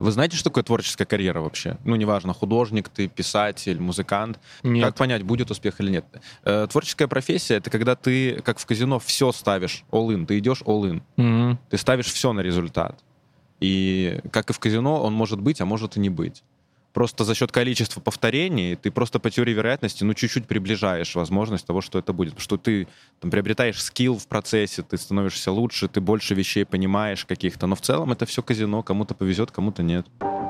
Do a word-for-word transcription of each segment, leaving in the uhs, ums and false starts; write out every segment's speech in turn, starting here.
Вы знаете, что такое творческая карьера вообще? Ну, неважно, художник ты, писатель, музыкант. Нет. Как понять, будет успех или нет? Э, творческая профессия — это когда ты, как в казино, все ставишь all-in. Ты идешь all-in. Мгм. Ты ставишь все на результат. И как и в казино, он может быть, а может и не быть. Просто за счет количества повторений ты просто по теории вероятности, ну, чуть-чуть приближаешь возможность того, что это будет. Потому что ты там приобретаешь скилл в процессе, ты становишься лучше, ты больше вещей понимаешь каких-то. Но в целом это все казино. Кому-то повезет, кому-то нет.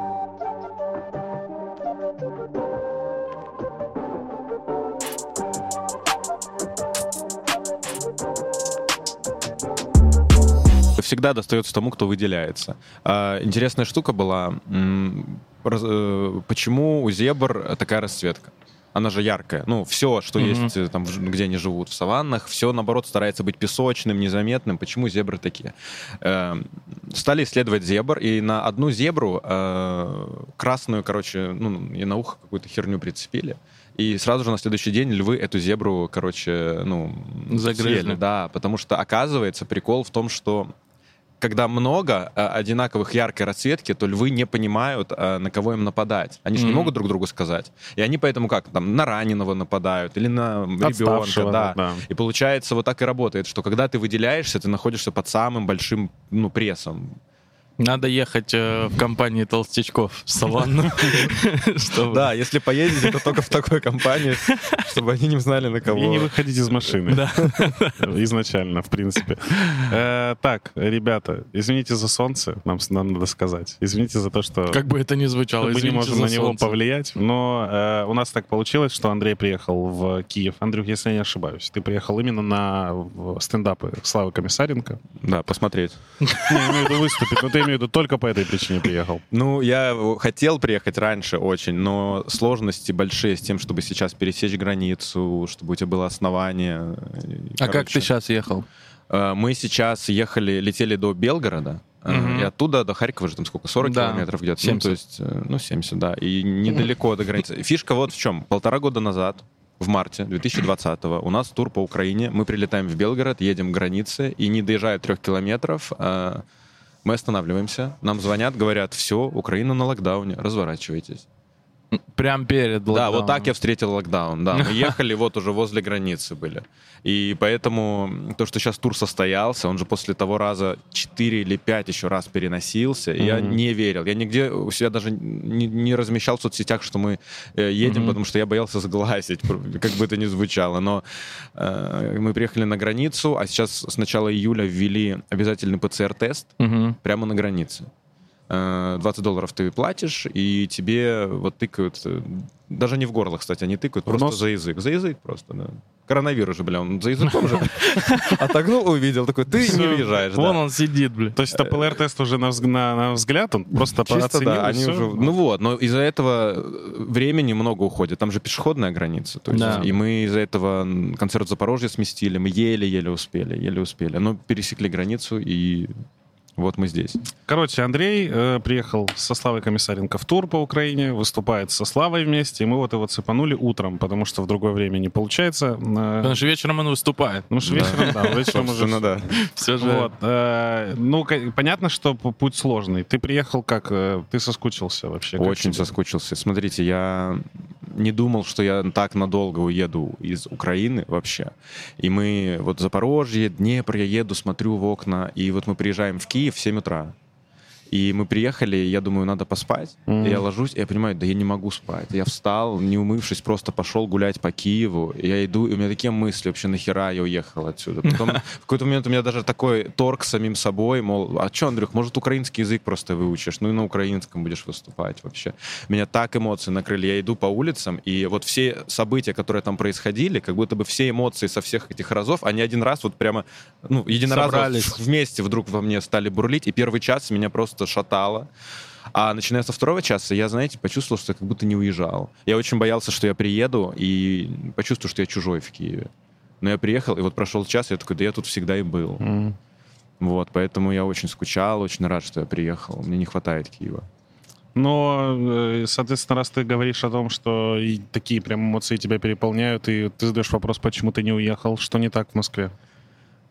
Всегда достается тому, кто выделяется. А, интересная штука была, м, раз- э, почему у зебр такая расцветка? Она же яркая. Ну, все, что Мгм. есть э, там, в- где они живут, в саваннах, все, наоборот, старается быть песочным, незаметным. Почему зебры такие? Э, Стали исследовать зебр, и на одну зебру э, красную, короче, ну, и на ухо какую-то херню прицепили. И сразу же на следующий день львы эту зебру, короче, ну, Загрызли. съели. Да, потому что, оказывается, прикол в том, что когда много э, одинаковых яркой расцветки, то львы не понимают, э, на кого им нападать. Они же не Мгм. могут друг другу сказать. И они поэтому как, там, на раненого нападают или на ребенка. Отставшего, Да. да. И получается, вот так и работает, что когда ты выделяешься, ты находишься под самым большим, ну, прессом. Надо ехать э, в компании толстячков в саванну. чтобы- Да, если поедете, то только в такой компании, чтобы они не знали, на кого. И не выходить из машины. Да. Изначально, в принципе. Э, Так, ребята, извините за солнце, нам, нам надо сказать. Извините за то, что Как бы это ни звучало, мы не извините можем за на него солнце. повлиять. Но э, у нас так получилось, что Андрей приехал в Киев. Андрюх, если я не ошибаюсь, ты приехал именно на в стендапы Славы Комиссаренко. Да, посмотреть. Не, я имею в виду выступить, но ты имею в виду только по этой причине приехал. Ну, я хотел приехать раньше очень, но сложности большие с тем, чтобы сейчас пересечь границу, чтобы у тебя было основание. А как ты сейчас ехал? Э, Мы сейчас ехали, летели до Белгорода, э, Мгм. и оттуда до Харькова же там сколько, сорок Да, километров где-то? Ну, семьдесят. то есть, э, ну, семьдесят, да, и недалеко до границы. Фишка вот в чем. Полтора года назад, в марте две тысячи двадцатого, у нас тур по Украине, мы прилетаем в Белгород, едем к границе, и не доезжая трех километров, э, мы останавливаемся, нам звонят, говорят, все, Украина на локдауне, разворачивайтесь. Прям перед Да, локдауном. вот так я встретил локдаун. Да, мы ехали, вот уже возле границы были. И поэтому то, что сейчас тур состоялся, он же после того раза четыре или пять еще раз переносился, и я Мгм. не верил. Я нигде у себя даже не, не размещал в соцсетях, что мы э, едем, Мгм. потому что я боялся сглазить, как бы это ни звучало. Но э, мы приехали на границу, а сейчас с начала июля ввели обязательный ПЦР-тест Мгм. прямо на границе. Э, двадцать долларов ты платишь, и тебе вот тыкают, э, даже не в горло, кстати, они тыкают, В просто нос? за язык. За язык просто, да. Коронавирус же, бля, он за языком же. Отогнул, увидел, такой, ты не Всё. въезжаешь, Вон да. он сидит, блин. То есть это ПЛР-тест уже на, взг- на- на взгляд, он просто Чисто, оценил, да, и они всё? уже... Ну вот, но из-за этого э, времени много уходит. Там же пешеходная граница. То есть, Да. и мы из-за этого м, концерт в Запорожье сместили, мы еле-еле успели, еле успели. Но пересекли границу, и вот мы здесь. Короче, Андрей э, приехал со Славой Комиссаренко в тур по Украине, выступает со Славой вместе, и мы вот его цепанули утром, потому что в другое время не получается. Э, Потому что вечером он выступает. Ну, что вечером, да, вечером уже... Собственно, да. Все же... Вот, э, ну, ко- понятно, что п- путь сложный. Ты приехал как? э, Ты соскучился вообще? Как Очень тебе? соскучился. Смотрите, я не думал, что я так надолго уеду из Украины вообще. И мы вот Запорожье, Днепр, я еду, смотрю в окна, и вот мы приезжаем в Киев в семь утра. И мы приехали, я думаю, надо поспать. Мгм. И я ложусь, и я понимаю, да я не могу спать. Я встал, не умывшись, просто пошел гулять по Киеву. И я иду, и у меня такие мысли, вообще нахера я уехал отсюда. Потом в какой-то момент у меня даже такой торг с самим собой, мол, а что, Андрюх, может, украинский язык просто выучишь? Ну и на украинском будешь выступать вообще. Меня так эмоции накрыли. Я иду по улицам, и вот все события, которые там происходили, как будто бы все эмоции со всех этих разов, они один раз вот прямо, ну, единоразово Собрались. вместе вдруг во мне стали бурлить, и первый час меня просто шатало. А начиная со второго часа, я, знаете, почувствовал, что я как будто не уезжал. Я очень боялся, что я приеду, и почувствую, что я чужой в Киеве. Но я приехал, и вот прошел час, и я такой, да я тут всегда и был. Мгм. Вот, поэтому я очень скучал, очень рад, что я приехал. Мне не хватает Киева. Но, э, соответственно, раз ты говоришь о том, что и такие прям эмоции тебя переполняют, и ты задаешь вопрос, почему ты не уехал, что не так в Москве?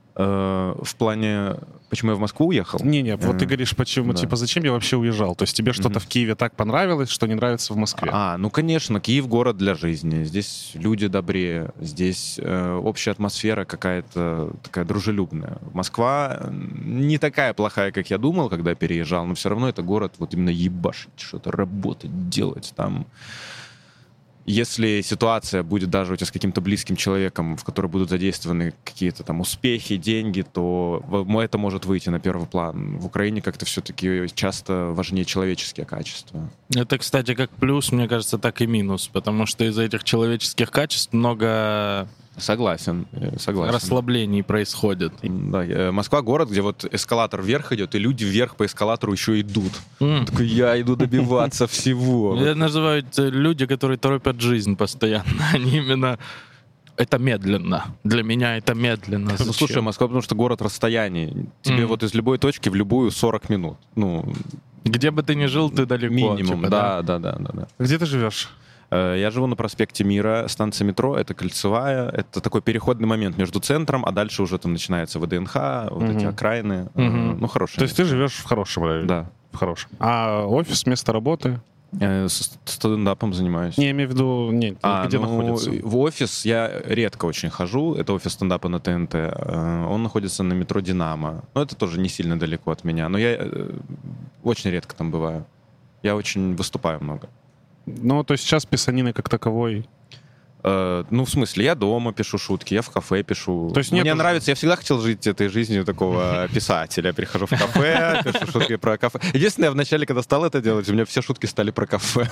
Э, в плане, почему я в Москву уехал? Не-не, вот ты говоришь, почему, да. типа, зачем я вообще уезжал? То есть тебе что-то Мгм. в Киеве так понравилось, что не нравится в Москве? А, ну, конечно, Киев — город для жизни. Здесь люди добрее, здесь э, общая атмосфера какая-то такая дружелюбная. Москва не такая плохая, как я думал, когда переезжал, но все равно это город вот именно ебашить, что-то работать, делать там. Если ситуация будет даже у тебя с каким-то близким человеком, в которой будут задействованы какие-то там успехи, деньги, то в- это может выйти на первый план. В Украине как-то все-таки часто важнее человеческие качества. Это, кстати, как плюс, мне кажется, так и минус, потому что из-за этих человеческих качеств много Согласен, э, согласен. расслаблений происходит. Да, э, Москва — город, где вот эскалатор вверх идет, и люди вверх по эскалатору еще идут. М. Такой, я иду добиваться всего. Это называют э, люди, которые торопят жизнь постоянно. Они именно... Это медленно. Для меня это медленно. Ну, Зачем? слушай, Москва, потому что город расстояний. Тебе Мгм. вот из любой точки в любую сорок минут. Ну, Где бы ты ни жил, ты далеко. минимум. типа, Да, да, да, да, да. Где ты живешь? Э, Я живу на проспекте Мира, станция метро, это Кольцевая, это такой переходный момент между центром, а дальше уже там начинается ВДНХ, вот Мгм. эти окраины. Э, Мгм. Ну, хорошие. То есть ты живешь в хорошем районе? Да. В хорошем. А офис, место работы? Э, С стендапом занимаюсь. Не, я имею в виду, нет, А, где ну, находится? в офис я редко очень хожу. Это офис стендапа на ТНТ. Э, Он находится на метро «Динамо». Но это тоже не сильно далеко от меня. Но я э, очень редко там бываю. Я очень выступаю много. Ну, то есть сейчас писанины как таковой... Э, Ну, в смысле, я дома пишу шутки, я в кафе пишу. То есть Мне нету- нравится, я всегда хотел жить этой жизнью такого писателя. Я прихожу в кафе, пишу шутки про кафе. Единственное, я вначале, когда стал это делать, у меня все шутки стали про кафе.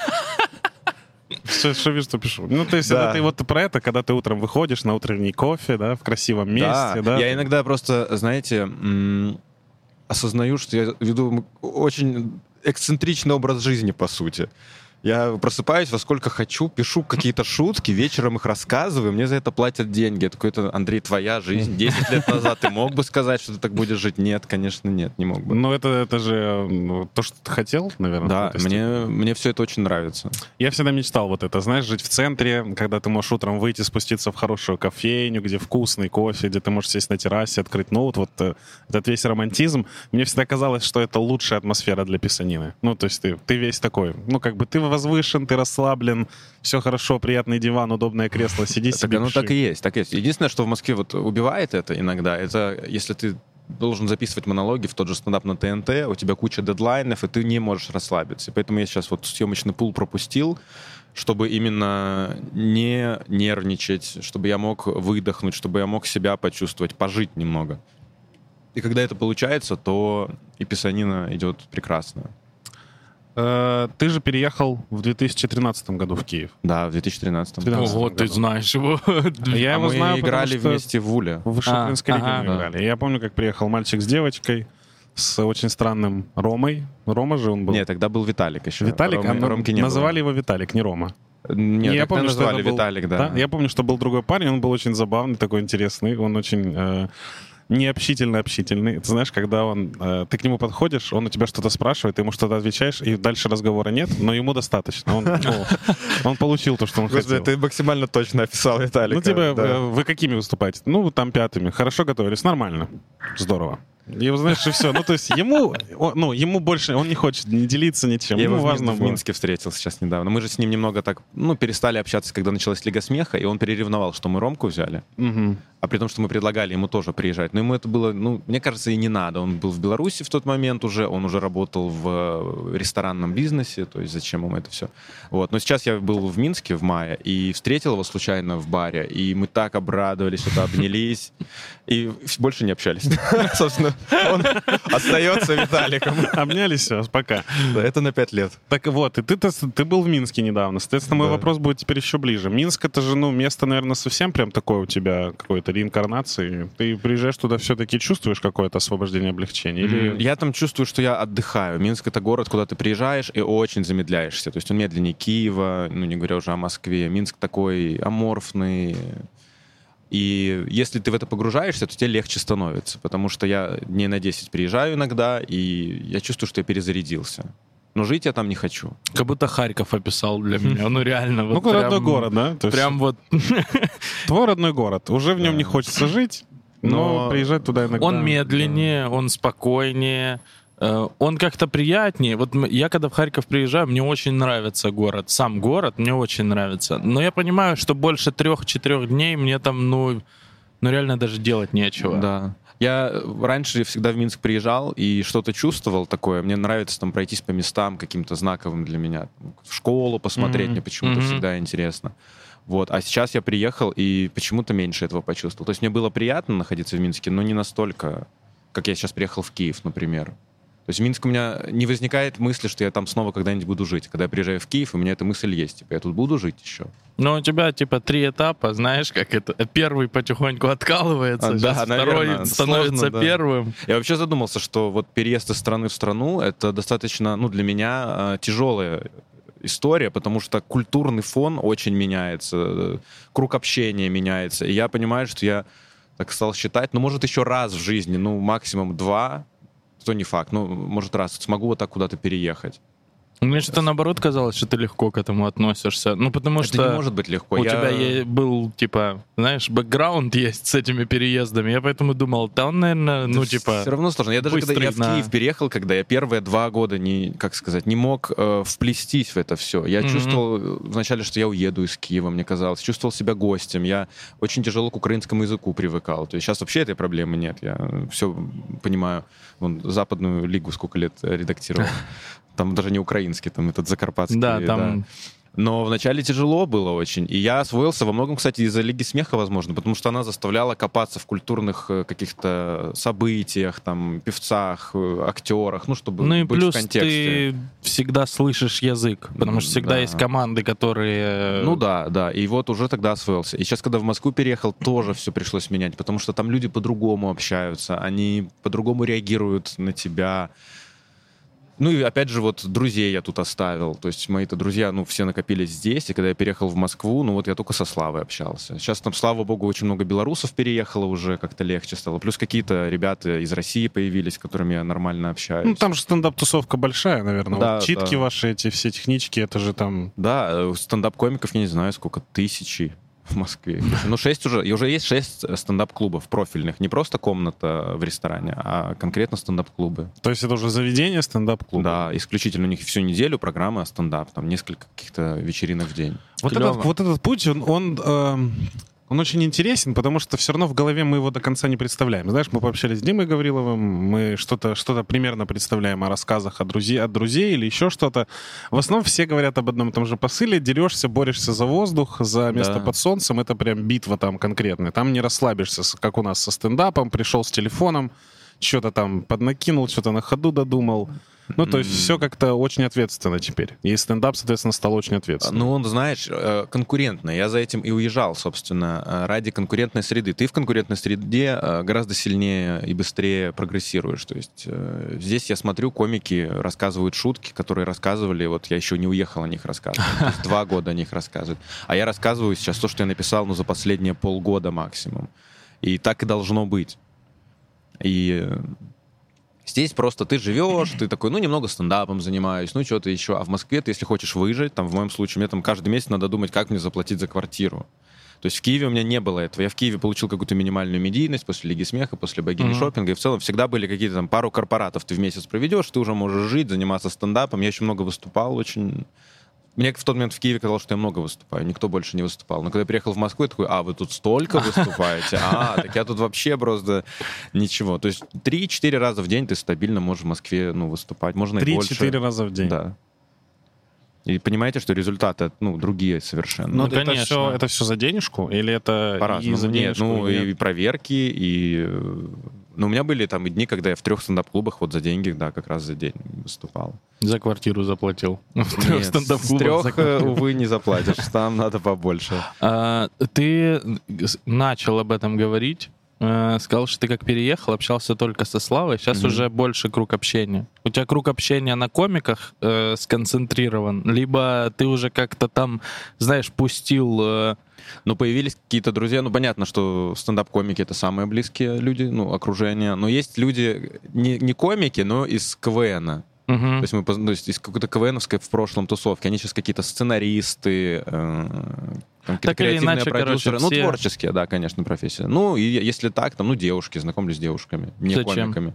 Все, что вижу, что пишу. Ну, то есть Да. это ты вот про это, когда ты утром выходишь на утренний кофе, да, в красивом месте, да? Я иногда просто, знаете, м, осознаю, что я веду очень эксцентричный образ жизни, по сути. Я просыпаюсь во сколько хочу, пишу какие-то шутки, вечером их рассказываю, мне за это платят деньги. Я такой, это, Андрей, твоя жизнь. Десять лет назад ты мог бы сказать, что ты так будешь жить? Нет, конечно, нет, не мог бы. Ну, это, это же ну, то, что ты хотел, наверное. Да, в какой-то мне, мне все это очень нравится. Я всегда мечтал вот это, знаешь, жить в центре, когда ты можешь утром выйти, спуститься в хорошую кофейню, где вкусный кофе, где ты можешь сесть на террасе, открыть ноут, вот э, этот весь романтизм. Мне всегда казалось, что это лучшая атмосфера для писанины. Ну, то есть ты, ты весь такой, ну, как бы ты возвышен, ты расслаблен, все хорошо, приятный диван, удобное кресло, сиди Так себе, оно пиши. так и есть, так и есть. Единственное, что в Москве вот убивает это иногда, это если ты должен записывать монологи в тот же стендап на ТНТ, у тебя куча дедлайнов, и ты не можешь расслабиться. И поэтому я сейчас вот съемочный пул пропустил, чтобы именно не нервничать, чтобы я мог выдохнуть, чтобы я мог себя почувствовать, пожить немного. И когда это получается, то и писанина идет прекрасно. Э, Ты же переехал в две тысячи тринадцатом году в Киев. Да, в две тысячи тринадцатом. тринадцатом Ого, ты году. знаешь его. Я А его мы знаю, потому играли что вместе в Вуле. в высшей А, украинской лиге ага. мы Да. играли. Я помню, как приехал мальчик с девочкой, с очень странным Ромой. Рома же он был? Нет, тогда был Виталик еще. Виталик, Ромы- а, ну, Ромки не называли было. его Виталик, не Рома. Нет, я я помню, что назвали это был- Виталик, да. Я помню, что был другой парень, он был очень забавный, такой интересный, он очень э, необщительно общительный. Ты знаешь, когда он, э, ты к нему подходишь, он у тебя что-то спрашивает, ты ему что-то отвечаешь, и дальше разговора нет, но ему достаточно. Он, ну, он получил то, что он Господи, хотел. ты максимально точно описал Виталика. Ну, типа, да. э, вы какими выступаете? Ну, там пятыми. Хорошо готовились? Нормально. Здорово. И, знаешь, и все. Ну, то есть ему, он- ну, ему больше, он не хочет не делиться ничем. Я Ему его в, Мин- важно в было. Минске встретил сейчас недавно. Мы же с ним немного так, ну, перестали общаться, когда началась Лига смеха, и он переревновал, что мы Ромку взяли. Мгм. А при том, что мы предлагали ему тоже приезжать. Но ему это было, ну, мне кажется, и не надо. Он был в Беларуси в тот момент уже, он уже работал в э, ресторанном бизнесе, то есть зачем ему это все. Вот. Но сейчас я был в Минске в мае и встретил его случайно в баре, и мы так обрадовались, что-то обнялись, и больше не общались. Собственно, он остается Виталиком. Обнялись, все, пока. Да, это на пять лет. Так вот, и ты, ты был в Минске недавно. Соответственно, мой Да. вопрос будет теперь еще ближе. Минск — это же, ну, место, наверное, совсем прям такое у тебя, какой-то реинкарнации. Ты приезжаешь туда, все-таки чувствуешь какое-то освобождение, облегчение? Или... Я там чувствую, что я отдыхаю. Минск — это город, куда ты приезжаешь и очень замедляешься. То есть он медленнее Киева, ну не говоря уже о Москве. Минск такой аморфный. И если ты в это погружаешься, то тебе легче становится. Потому что я дней на десять приезжаю иногда, и я чувствую, что я перезарядился. Но жить я там не хочу. Как будто Харьков описал для меня. Ну, реально. Ну, Вот родной прям- город, да? То есть Прям вот... твой родной город. Уже в нем Да. не хочется жить. Но, Но приезжать туда иногда... Он медленнее, да. он спокойнее, э, он как-то приятнее. Вот м- я когда в Харьков приезжаю, мне очень нравится город. Сам город мне очень нравится. Но я понимаю, что больше трех-четырех дней мне там, ну, ну реально даже делать нечего. Да. Я раньше всегда в Минск приезжал и что-то чувствовал такое. Мне нравится там пройтись по местам каким-то знаковым для меня. В школу посмотреть Мгм. мне почему-то Мгм. всегда интересно. Вот. А сейчас я приехал и почему-то меньше этого почувствовал. То есть мне было приятно находиться в Минске, но не настолько, как я сейчас приехал в Киев, например. То есть в Минск у меня не возникает мысли, что я там снова когда-нибудь буду жить. Когда я приезжаю в Киев, у меня эта мысль есть. Типа, я тут буду жить еще. Но у тебя типа три этапа, знаешь, как это. Первый потихоньку откалывается, А, сейчас да, второй наверное, становится сложно, да. первым. Я вообще задумался, что вот переезд из страны в страну — это достаточно, ну, для меня э, тяжелая история, потому что культурный фон очень меняется, э, круг общения меняется. И я понимаю, что я так стал считать, ну, может, еще раз в жизни, ну, максимум два, что не факт, ну, может, раз смогу вот так куда-то переехать. Мне что-то наоборот казалось, что ты легко к этому относишься. Ну, потому Это что не может быть легко. у Я- тебя е- был, типа, знаешь, бэкграунд есть с этими переездами. Я поэтому думал, да он, наверное, ну, типа... Все равно сложно. Я даже когда я в быстрый на- Киев переехал, когда я первые два года не, как сказать, не мог э, вплестись в это все. Я Мгм. чувствовал э, вначале, что я уеду из Киева, мне казалось. Чувствовал себя гостем. Я очень тяжело к украинскому языку привыкал. То есть сейчас вообще этой проблемы нет. Я все понимаю. Вон, Западную лигу сколько лет э, редактировал. Там даже не украинский, там этот закарпатский. Да, там... Но вначале тяжело было очень. И я освоился во многом, кстати, из-за Лиги смеха, возможно, потому что она заставляла копаться в культурных э, каких-то событиях, там, певцах, э, актерах, ну, чтобы Ну и быть плюс в контексте. ты всегда слышишь язык, потому что всегда Да. есть команды, которые... Ну да, да. И вот уже тогда освоился. И сейчас, когда в Москву переехал, тоже все пришлось менять, потому что там люди по-другому общаются, они по-другому реагируют на тебя. Ну и опять же, вот друзей я тут оставил. То есть мои-то друзья, ну, все накопились здесь. И когда я переехал в Москву, ну вот я только со Славой общался. Сейчас там, слава богу, очень много белорусов переехало уже, как-то легче стало. Плюс какие-то ребята из России появились, с которыми я нормально общаюсь. Ну, там же стендап-тусовка большая, наверное. Да, Вот читки да. ваши, эти все технички, это же там... Да, э, стендап-комиков, я не знаю, сколько, тысячи в Москве. Ну, шесть уже, и уже есть шесть стендап-клубов профильных. Не просто комната в ресторане, а конкретно стендап-клубы. То есть это уже заведение стендап-клуба. Да, исключительно у них всю неделю программа стендап, там несколько каких-то вечеринок в день. Вот Клёво. этот, вот этот путь, он, он, эм, он очень интересен, потому что все равно в голове мы его до конца не представляем. Знаешь, мы пообщались с Димой Гавриловым, мы что-то что примерно представляем о рассказах о друзей, от друзей или еще что-то. В основном все говорят об одном и том же посыле. Дерешься, борешься за воздух, за место Да. под солнцем. Это прям битва там конкретная. Там не расслабишься, с- как у нас со стендапом. Пришел с телефоном, что-то там поднакинул, что-то на ходу додумал. Ну, то есть М. все как-то очень ответственно теперь. И стендап, соответственно, стал очень ответственным. Ну, он, знаешь, э, конкурентно. Я за этим и уезжал, собственно, э, ради конкурентной среды. Ты в конкурентной среде э, гораздо сильнее и быстрее прогрессируешь. То есть э, здесь я смотрю, комики рассказывают шутки, которые рассказывали, вот я еще не уехал о них рассказывать. То есть два года о них рассказывают. А я рассказываю сейчас то, что я написал, ну, за последние полгода максимум. И так и должно быть. И... э, Здесь просто ты живешь, ты такой, ну, немного стендапом занимаюсь, ну, что-то еще. А в Москве ты, если хочешь выжить, там, в моем случае, мне там каждый месяц надо думать, как мне заплатить за квартиру. То есть в Киеве у меня не было этого. Я в Киеве получил какую-то минимальную медийность после Лиги смеха, после богини Мгм. шопинга. И в целом всегда были какие-то там пару корпоратов ты в месяц проведешь, ты уже можешь жить, заниматься стендапом. Я еще много выступал очень... Мне в тот момент в Киеве казалось, что я много выступаю, никто больше не выступал. Но когда я приехал в Москву, я такой, а, вы тут столько выступаете? А, так я тут вообще просто ничего. То есть три-четыре раза в день ты стабильно можешь в Москве, ну, выступать. Можно и больше. Три-четыре раза в день. Да. И понимаете, что результаты, ну, другие совершенно. Ну, Ну, это, конечно. все, это все за денежку? Или это и По-разному. за Нет, денежку? ну, и и нет? проверки, и... э, Ну, у меня были там и дни, когда я в трех стендап-клубах вот за деньги, да, как раз за день выступал. За квартиру заплатил. В трех Нет, с стендап-клубах за трех, э, квартиру. увы, не заплатишь. Там надо побольше. А, ты с- начал об этом говорить, э, сказал, что ты как переехал, общался только со Славой, сейчас Мгм. уже больше круг общения. У тебя круг общения на комиках э, сконцентрирован, либо ты уже как-то там, знаешь, пустил... э, Ну, появились какие-то друзья. Ну, понятно, что стендап-комики — это самые близкие люди, ну, окружение. Но есть люди, не, не комики, но из КВНа. мгм. То есть мы поз- ну, из из какой-то КВНовской в прошлом тусовки. Они сейчас какие-то сценаристы, э, там, Так или креативные иначе, продюсеры. короче, Ну, все- творческие, да, конечно, профессия. Ну, и если так, там, ну, девушки, знакомлюсь с девушками, не Зачем? комиками.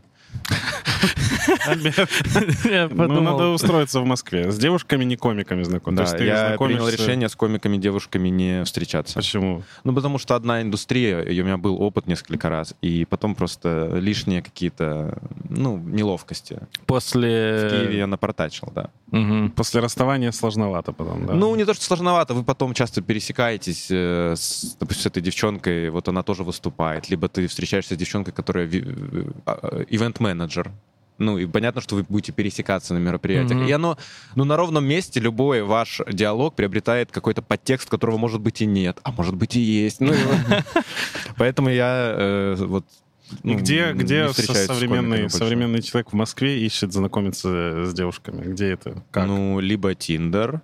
Я Ну, подумал, надо устроиться в Москве. С девушками, не комиками знакомиться. Да, То есть ты я знакомишься- принял решение с комиками, девушками не встречаться. Почему? Ну, потому что одна индустрия, и у меня был опыт несколько раз, и потом просто лишние какие-то, ну, неловкости. после... В Киеве я напортачил, да. Мгм. После расставания сложновато потом, да? Ну, не то, что сложновато, вы потом часто пересекаетесь, э, с, допустим, с этой девчонкой, вот она тоже выступает, либо ты встречаешься с девчонкой, которая ви- э, а, ивент-менеджер. Ну, и понятно, что вы будете пересекаться на мероприятиях. Мгм. И оно, ну, на ровном месте любой ваш диалог приобретает какой-то подтекст, которого, может быть, и нет, а может быть, и есть. Ну, и вот. Поэтому я э, вот... И ну, где, не где встречаюсь с современный, комиками больше. современный человек в Москве ищет знакомиться с девушками? Где это? Как? Ну, либо Тиндер,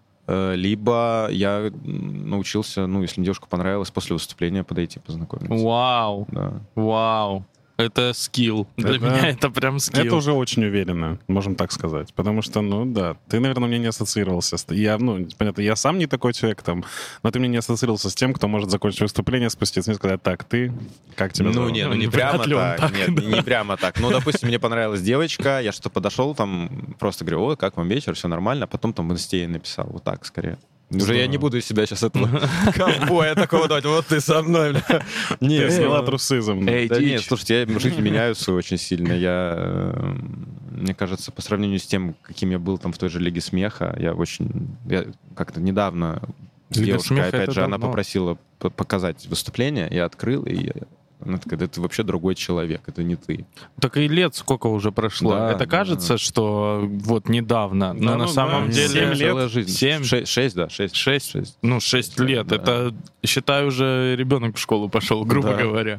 э, либо я м, научился, ну, если девушка понравилась, после выступления подойти познакомиться. Вау, Да. вау. Это скилл. Для Это- меня это прям скилл. Это уже очень уверенно, можем так сказать. Потому что, ну да, ты, наверное, мне не ассоциировался. С... Я, ну, понятно, я сам не такой человек, там, но ты мне не ассоциировался с тем, кто может закончить выступление, спуститься и сказать, так, ты, как тебя Ну, зовут? не, ну Ну, не вряд прямо ли он так. так, Нет, да. не прямо так. Ну, допустим, мне понравилась девочка, я что-то подошел, там, просто говорю, о, как вам вечер, все нормально, а потом там в инсте ей написал, вот так, скорее. Уже я не буду из себя сейчас этого ковбоя такого давать, вот ты со мной, бля. Ты Не, сняла ну, трусизм. Эй, Да дичь. нет, слушайте, я, жизнь меняются очень сильно. Я, э, мне кажется, по сравнению с тем, каким я был там в той же Лиге смеха, я очень, я как-то недавно Лига девушка, смеха — опять это же, она давно. попросила п- показать выступление, я открыл, и я- она такая, да ты вообще другой человек, это не ты. Так и лет сколько уже прошло. Да, это кажется, да. что вот недавно, но Да, на ну самом да, деле... семь лет. Целая жизнь. Семь. Ше- Шесть, да, шесть. Шесть? Шесть. Ну, шесть лет. Да. Это, считай, уже ребенок в школу пошел, грубо Да. говоря.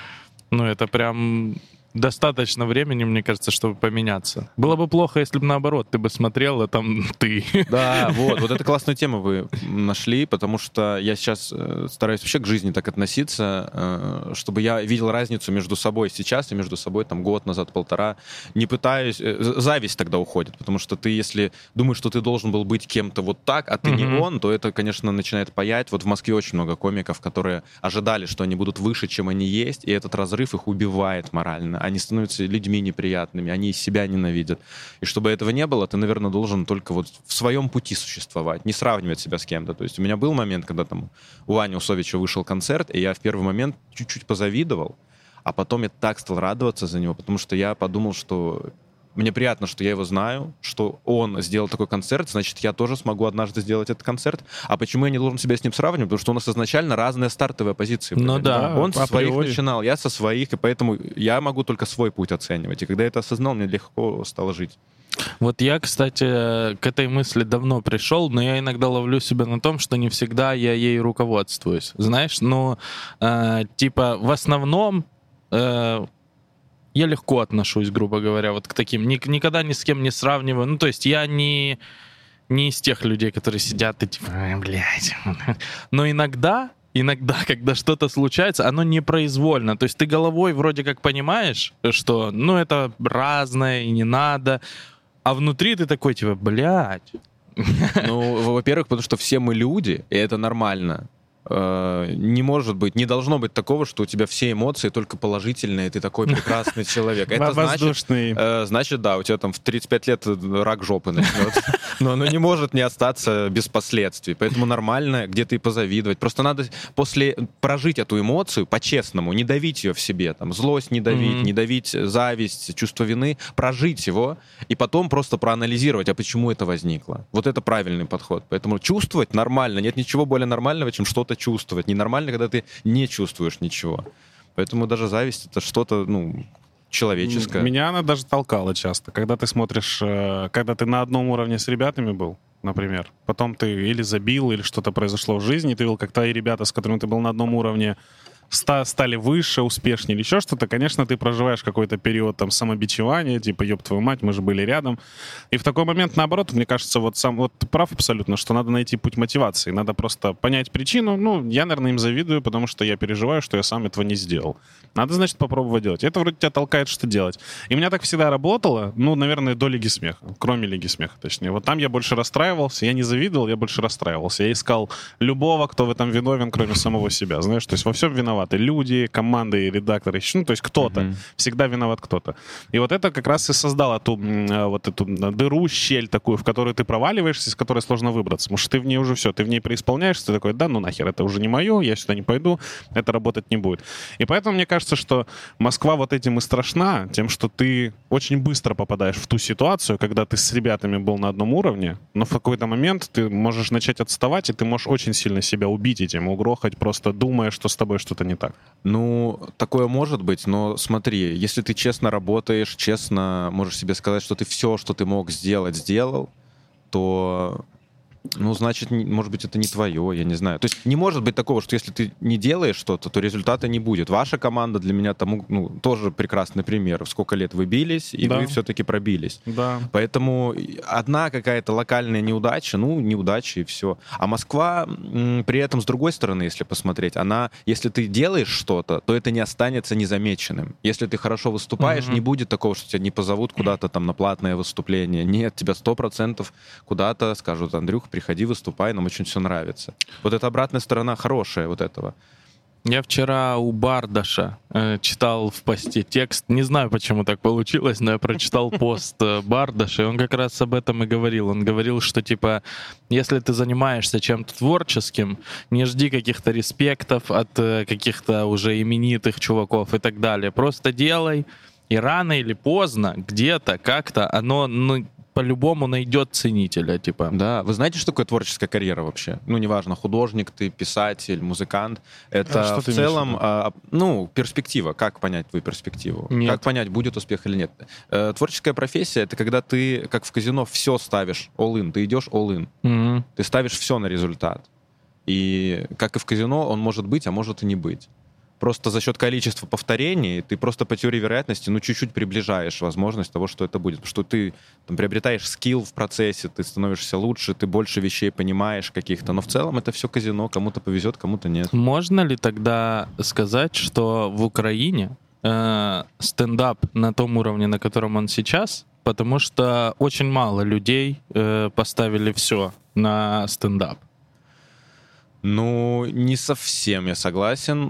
Ну, это прям достаточно времени, мне кажется, чтобы поменяться. Было бы плохо, если бы наоборот, ты бы смотрел, а там ты. Да, вот, вот это классную тему вы нашли, потому что я сейчас э, стараюсь вообще к жизни так относиться, э, чтобы я видел разницу между собой сейчас и между собой там год назад, полтора. Не пытаюсь... э, з- зависть тогда уходит, потому что ты, если думаешь, что ты должен был быть кем-то вот так, а ты не Мгм. он, то это, конечно, начинает паять. Вот в Москве очень много комиков, которые ожидали, что они будут выше, чем они есть, и этот разрыв их убивает морально. Они становятся людьми неприятными, они из себя ненавидят. И чтобы этого не было, ты, наверное, должен только вот в своем пути существовать, не сравнивать себя с кем-то. То есть у меня был момент, когда там у Вани Усовича вышел концерт, и я в первый момент чуть-чуть позавидовал, а потом я так стал радоваться за него, потому что я подумал, что мне приятно, что я его знаю, что он сделал такой концерт, значит, я тоже смогу однажды сделать этот концерт. А почему я не должен себя с ним сравнивать? Потому что у нас изначально разные стартовые позиции были. Ну да, Он со своих априори. начинал, я со своих, и поэтому я могу только свой путь оценивать. И когда я это осознал, мне легко стало жить. Вот я, кстати, к этой мысли давно пришел, но я иногда ловлю себя на том, что не всегда я ей руководствуюсь. Знаешь, ну, э, типа, в основном э, я легко отношусь, грубо говоря, вот к таким. Ник- никогда ни с кем не сравниваю. Ну, то есть я не, не из тех людей, которые сидят и типа, «Ай, блядь». Но иногда, иногда, когда что-то случается, оно непроизвольно. То есть ты головой вроде как понимаешь, что, ну, это разное и не надо, а внутри ты такой, типа, блядь. Ну, во-первых, потому что все мы люди, и это нормально. Э, Не может быть, не должно быть такого, что у тебя все эмоции только положительные, ты такой прекрасный человек. Это значит, Воздушный. э, значит, да, у тебя там в тридцать пять лет рак жопы начнется. Но оно не может не остаться без последствий. Поэтому нормально где-то и позавидовать. Просто надо после прожить эту эмоцию по-честному, не давить ее в себе. Там, злость не давить, Мгм. не давить зависть, чувство вины. Прожить его и потом просто проанализировать, а почему это возникло. Вот это правильный подход. Поэтому чувствовать нормально. Нет ничего более нормального, чем что-то чувствовать. Ненормально, когда ты не чувствуешь ничего. Поэтому даже зависть — это что-то, ну, человеческое. Меня она даже толкала часто. Когда ты смотришь, э, когда ты на одном уровне с ребятами был, например, потом ты или забил, или что-то произошло в жизни, ты видел, как твои ребята, с которыми ты был на одном уровне, ста- стали выше, успешнее или еще что-то, конечно, ты проживаешь какой-то период там самобичевания, типа, ёб твою мать, мы же были рядом. И в такой момент, наоборот, мне кажется, вот сам, вот ты прав абсолютно, что надо найти путь мотивации, надо просто понять причину. Ну, я, наверное, им завидую, потому что я переживаю, что я сам этого не сделал. Надо, значит, попробовать делать. Это вроде тебя толкает что делать. И у меня так всегда работало, ну, наверное, до Лиги Смеха, кроме Лиги Смеха, точнее. Вот там я больше расстраивался, я не завидовал, я больше расстраивался. Я искал любого, кто в этом виновен, кроме самого себя, знаешь, то есть во всем виноваты люди, команды, редакторы, ну, то есть кто-то, mm-hmm. всегда виноват кто-то. И вот это как раз и создало ту, вот эту дыру, щель такую, в которую ты проваливаешься, из которой сложно выбраться, потому что ты в ней уже все, ты в ней преисполняешься, ты такой, да, ну нахер, это уже не мое, я сюда не пойду, это работать не будет. И поэтому мне кажется, что Москва вот этим и страшна, тем, что ты очень быстро попадаешь в ту ситуацию, когда ты с ребятами был на одном уровне, но в какой-то момент ты можешь начать отставать, и ты можешь очень сильно себя убить этим, угрохать, просто думая, что с тобой что-то не так. Ну, такое может быть, но смотри, если ты честно работаешь, честно можешь себе сказать, что ты все, что ты мог сделать, сделал, то... Ну, значит, может быть, это не твое, я не знаю. То есть не может быть такого, что если ты не делаешь что-то, то результата не будет. Ваша команда для меня тому, ну, тоже прекрасный пример. Сколько лет вы бились, и да. вы все-таки пробились. Да. Поэтому одна какая-то локальная неудача, ну, неудача и все. А Москва, при этом, с другой стороны, если посмотреть, она, если ты делаешь что-то, то это не останется незамеченным. Если ты хорошо выступаешь, mm-hmm. не будет такого, что тебя не позовут куда-то там на платное выступление. Нет, тебя сто процентов куда-то скажут: Андрюх, приходи, выступай, нам очень все нравится. Вот эта обратная сторона хорошая вот этого. Я вчера у Бардаша э, читал в посте текст. Не знаю, почему так получилось, но я прочитал пост э, Бардаша, и он как раз об этом и говорил. Он говорил, что, типа, если ты занимаешься чем-то творческим, не жди каких-то респектов от э, каких-то уже именитых чуваков и так далее. Просто делай, и рано или поздно, где-то, как-то оно... Ну, по-любому найдет ценителя, типа. Да, вы знаете, что такое творческая карьера вообще? Ну, неважно, художник ты, писатель, музыкант. Это а в целом, а, ну, перспектива. Как понять твою перспективу? Нет. Как понять, будет успех или нет? Э, творческая профессия — это когда ты, как в казино, все ставишь all-in. Ты идешь all-in. Mm-hmm. Ты ставишь все на результат. И, как и в казино, он может быть, а может и не быть. Просто за счет количества повторений ты просто по теории вероятности, ну, чуть-чуть приближаешь возможность того, что это будет. Потому что ты там приобретаешь скилл в процессе, ты становишься лучше, ты больше вещей понимаешь каких-то. Но в целом это все казино. Кому-то повезет, кому-то нет. Можно ли тогда сказать, что в Украине э, стендап на том уровне, на котором он сейчас, потому что очень мало людей э, поставили все на стендап? Ну, не совсем я согласен.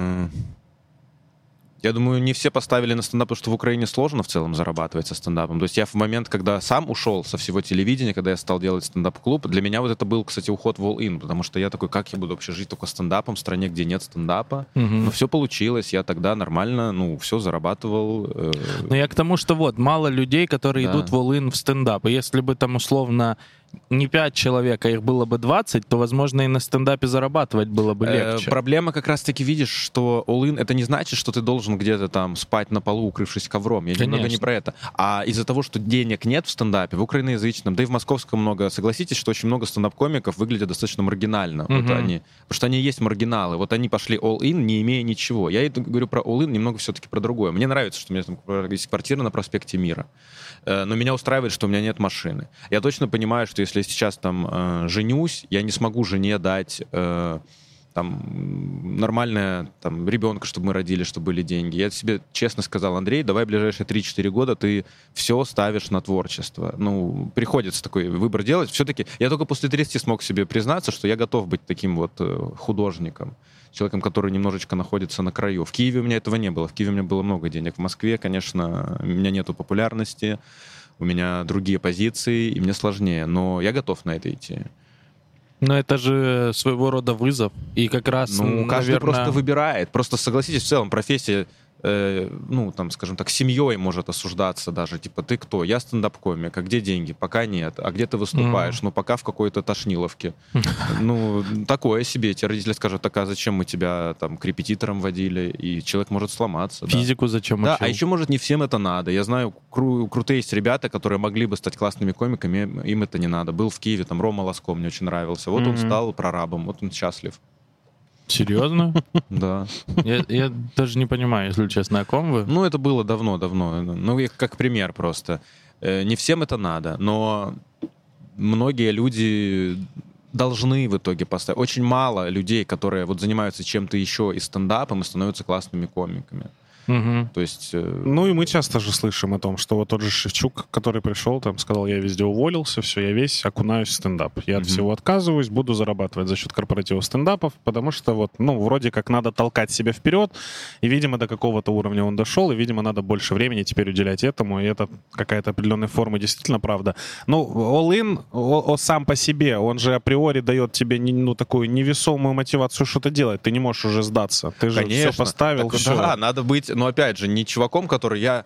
Я думаю, не все поставили на стендап, потому что в Украине сложно в целом зарабатывать со стендапом. То есть я в момент, когда сам ушел со всего телевидения, когда я стал делать стендап-клуб, для меня вот это был, кстати, уход в all-in, потому что я такой, как я буду вообще жить только стендапом в стране, где нет стендапа? Угу. Но все получилось, я тогда нормально, ну, все зарабатывал. Э... Но я к тому, что вот, мало людей, которые да. идут в all-in в стендап. И если бы там условно не пять человек, а их было бы двадцать, то, возможно, и на стендапе зарабатывать было бы легче. Э, проблема как раз-таки, видишь, что all-in — это не значит, что ты должен где-то там спать на полу, укрывшись ковром. Я Конечно. немного не про это. А из-за того, что денег нет в стендапе, в украиноязычном, да и в московском много, согласитесь, что очень много стендап-комиков выглядят достаточно маргинально. Угу. Вот они, потому что они есть маргиналы. Вот они пошли all-in, не имея ничего. Я говорю про all-in немного все-таки про другое. Мне нравится, что у меня там есть квартира на проспекте Мира. Но меня устраивает, что у меня нет машины. Я точно понимаю, что если я сейчас там э, женюсь, я не смогу жене дать э, там нормальное там, ребенка, чтобы мы родили, чтобы были деньги. Я себе честно сказал: Андрей, давай в ближайшие три-четыре года ты все ставишь на творчество. Ну, приходится такой выбор делать. Все-таки я только после тридцати смог себе признаться, что я готов быть таким вот э, художником, человеком, который немножечко находится на краю. В Киеве у меня этого не было. В Киеве у меня было много денег. В Москве, конечно, у меня нету популярности, у меня другие позиции, и мне сложнее. Но я готов на это идти. Но это же своего рода вызов. И как раз, ну, каждый наверное... просто выбирает. Просто согласитесь, в целом профессия, э, ну, там, скажем так, семьей может осуждаться даже. Типа, ты кто? Я стендап-комик. А где деньги? Пока нет. А где ты выступаешь? Mm. Ну, пока в какой-то тошниловке. Ну, такое себе. Те родители скажут: так, а зачем мы тебя там к репетиторам водили? И человек может сломаться. Физику да. зачем Да, учил? а еще, может, не всем это надо. Я знаю, кру- крутые есть ребята, которые могли бы стать классными комиками, им это не надо. Был в Киеве, там, Рома Ласко мне очень нравился. Вот mm-hmm. он стал прорабом, вот он счастлив. Серьезно? Да. Я, я даже не понимаю, если честно, о ком вы. Ну, это было давно-давно. Ну, и как пример просто. Э, Не всем это надо, но многие люди должны в итоге поставить. Очень мало людей, которые вот занимаются чем-то еще и стендапом, и становятся классными комиками. Мгм. То есть... э, Ну и мы часто же слышим о том, что вот тот же Шевчук, который пришел, там сказал, я везде уволился, все, я весь окунаюсь в стендап. Я от Мгм. всего отказываюсь, буду зарабатывать за счет корпоративов стендапов, потому что вот, ну, вроде как надо толкать себя вперед, и, видимо, до какого-то уровня он дошел, и, видимо, надо больше времени теперь уделять этому, и это какая-то определенная форма действительно правда. Ну, all-in, о, о, сам по себе, он же априори дает тебе, не- ну, такую невесомую мотивацию что-то делать, ты не можешь уже сдаться, ты же Конечно. все поставил, Так, все. Да, надо быть, но опять же, не чуваком, который я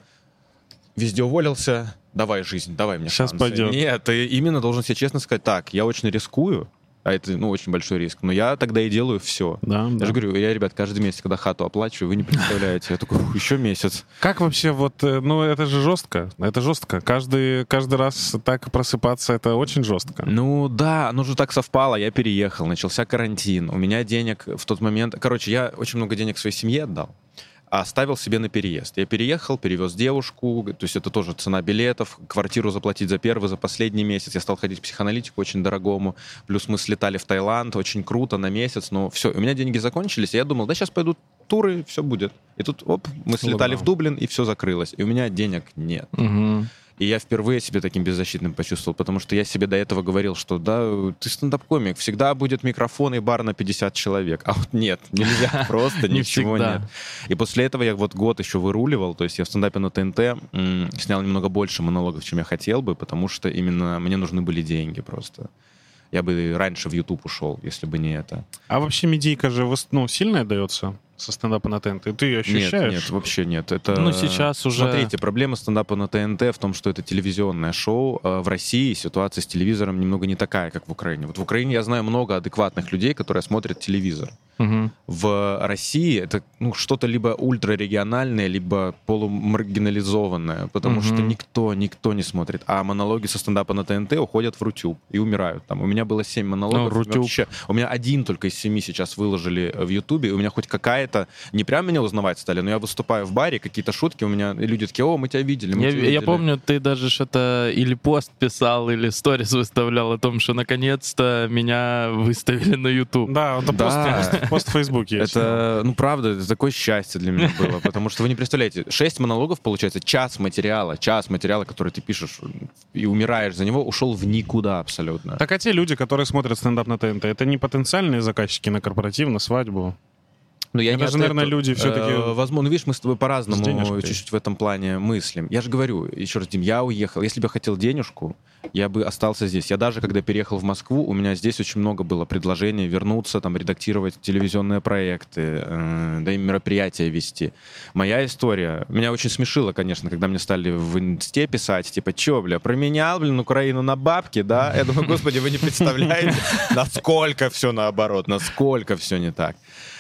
везде уволился, давай жизнь, давай мне Щас шансы. пойдет. Нет, ты именно должен себе честно сказать, так, я очень рискую, а это, ну, очень большой риск, но я тогда и делаю все. Да, Я да. же говорю, я, ребят, каждый месяц, когда хату оплачиваю, вы не представляете, я такой, «Ух, еще месяц». Как вообще вот, э, ну это же жестко, это жестко. Каждый, каждый раз так просыпаться, это очень жестко. Ну да, оно же так совпало, я переехал, начался карантин, у меня денег в тот момент... Короче, я очень много денег своей семье отдал, а оставил себе на переезд. Я переехал, перевез девушку, то есть это тоже цена билетов, квартиру заплатить за первый, за последний месяц. Я стал ходить к психоаналитику очень дорогому, плюс мы слетали в Таиланд, очень круто, на месяц, но все, у меня деньги закончились, и я думал, да сейчас пойдут туры, все будет. И тут, оп, мы слетали Локдаун. в Дублин, и все закрылось, и у меня денег нет. Мгм. И я впервые себя таким беззащитным почувствовал, потому что я себе до этого говорил, что да, ты стендап-комик, всегда будет микрофон и бар на пятьдесят человек. А вот нет, нельзя, просто Не ничего всегда. нет. И после этого я вот год еще выруливал, то есть я в стендапе на ТНТ м, снял немного больше монологов, чем я хотел бы, потому что именно мне нужны были деньги просто. Я бы раньше в YouTube ушел, если бы не это. А вообще медийка же вос- ну, сильная дается со стендапа на ТНТ? Ты ее ощущаешь? Нет, нет, вообще нет. Это... Ну, сейчас уже- Смотрите, проблема стендапа на ТНТ в том, что это телевизионное шоу. А В России ситуация с телевизором немного не такая, как в Украине. Вот в Украине я знаю много адекватных людей, которые смотрят телевизор. Мгм. В России это ну, что-то либо ультрарегиональное, либо полумаргинализованное, потому Мгм. что никто, никто не смотрит. А монологи со стендапа на ТНТ уходят в Рутюб и умирают. Там у меня было семь монологов. Ну, Рутюб. Вообще, у меня один только из семи сейчас выложили в Ютубе, и у меня хоть какая-то... Не прям меня узнавать стали, но я выступаю в баре, какие-то шутки у меня, и люди такие, о, мы тебя видели, мы Я, тебя я видели». помню, ты даже что-то или пост писал, или сторис выставлял о том, что наконец-то меня выставили на YouTube. Да, это Да. пост, пост- пост в Фейсбуке. есть. Это, ну, правда, это такое счастье для меня было, потому что вы не представляете, шесть монологов, получается, час материала, час материала, который ты пишешь и умираешь за него, ушел в никуда абсолютно. Так а те люди, которые смотрят стендап на ТНТ, это не потенциальные заказчики на корпоратив, на свадьбу? Ну, я Это не же, от наверное, этого. люди всё-таки Э, Возможно, ну, видишь, мы с тобой с по-разному денежкой. чуть-чуть в этом плане мыслим. Я же говорю, еще раз, Дим, я уехал. Если бы я хотел денежку, я бы остался здесь. Я даже, когда переехал в Москву, у меня здесь очень много было предложений вернуться, там, редактировать телевизионные проекты, э, да и мероприятия вести. Моя история, меня очень смешило, конечно, когда мне стали в инсте писать, типа, чё, бля, променял, блин, Украину на бабки, да? Я думаю, господи, вы не представляете, насколько все наоборот, насколько все не так.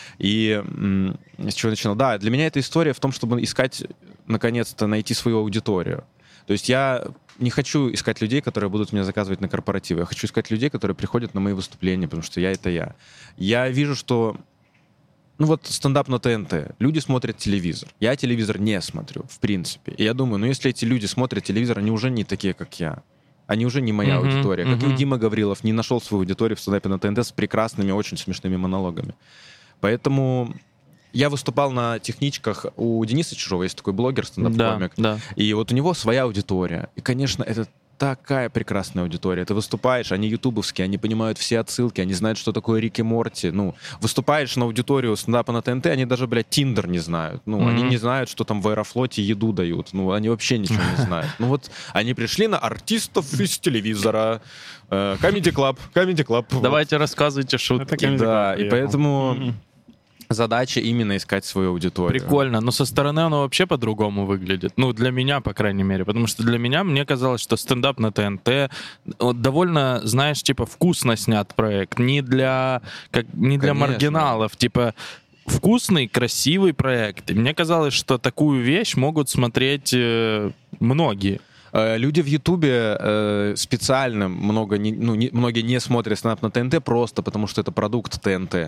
И м, с чего я начинал? Да, для меня эта история в том, чтобы искать, наконец-то, найти свою аудиторию. То есть я не хочу искать людей, которые будут меня заказывать на корпоративы. Я хочу искать людей, которые приходят на мои выступления, потому что я — это я. Я вижу, что... Ну вот стендап на ТНТ. Люди смотрят телевизор. Я телевизор не смотрю, в принципе. И я думаю, ну если эти люди смотрят телевизор, они уже не такие, как я. Они уже не моя Мгм, аудитория. Как и мгм. Дима Гаврилов не нашел свою аудиторию в стендапе на ТНТ с прекрасными, очень смешными монологами. Поэтому я выступал на техничках у Дениса Чижова, есть такой блогер, Да, стендап-комик. да. И вот у него своя аудитория. И, конечно, это такая прекрасная аудитория. Ты выступаешь, они ютубовские, они понимают все отсылки, они знают, что такое Рик и Морти. Ну, выступаешь на аудиторию стендапа на ТНТ, они даже, блядь, Тиндер не знают. Ну, Мгм. они не знают, что там в Аэрофлоте еду дают. Ну, они вообще ничего не знают. Ну, вот они пришли на артистов из телевизора. Э, Comedy Club, Comedy Club. Вот. Давайте рассказывайте шутки. Это Comedy Да, Club, и я поэтому понял. задача именно искать свою аудиторию. Прикольно, но со стороны оно вообще по-другому выглядит. Ну, для меня, по крайней мере. Потому что для меня, мне казалось, что стендап на ТНТ вот, довольно, знаешь, типа, вкусно снят проект. Не для, как, не для Конечно. маргиналов. Типа, вкусный, красивый проект. И мне казалось, что такую вещь могут смотреть э, многие. Э, Люди в Ютубе э, специально много не, ну, не- многие не смотрят стендап на ТНТ просто потому, что это продукт ТНТ.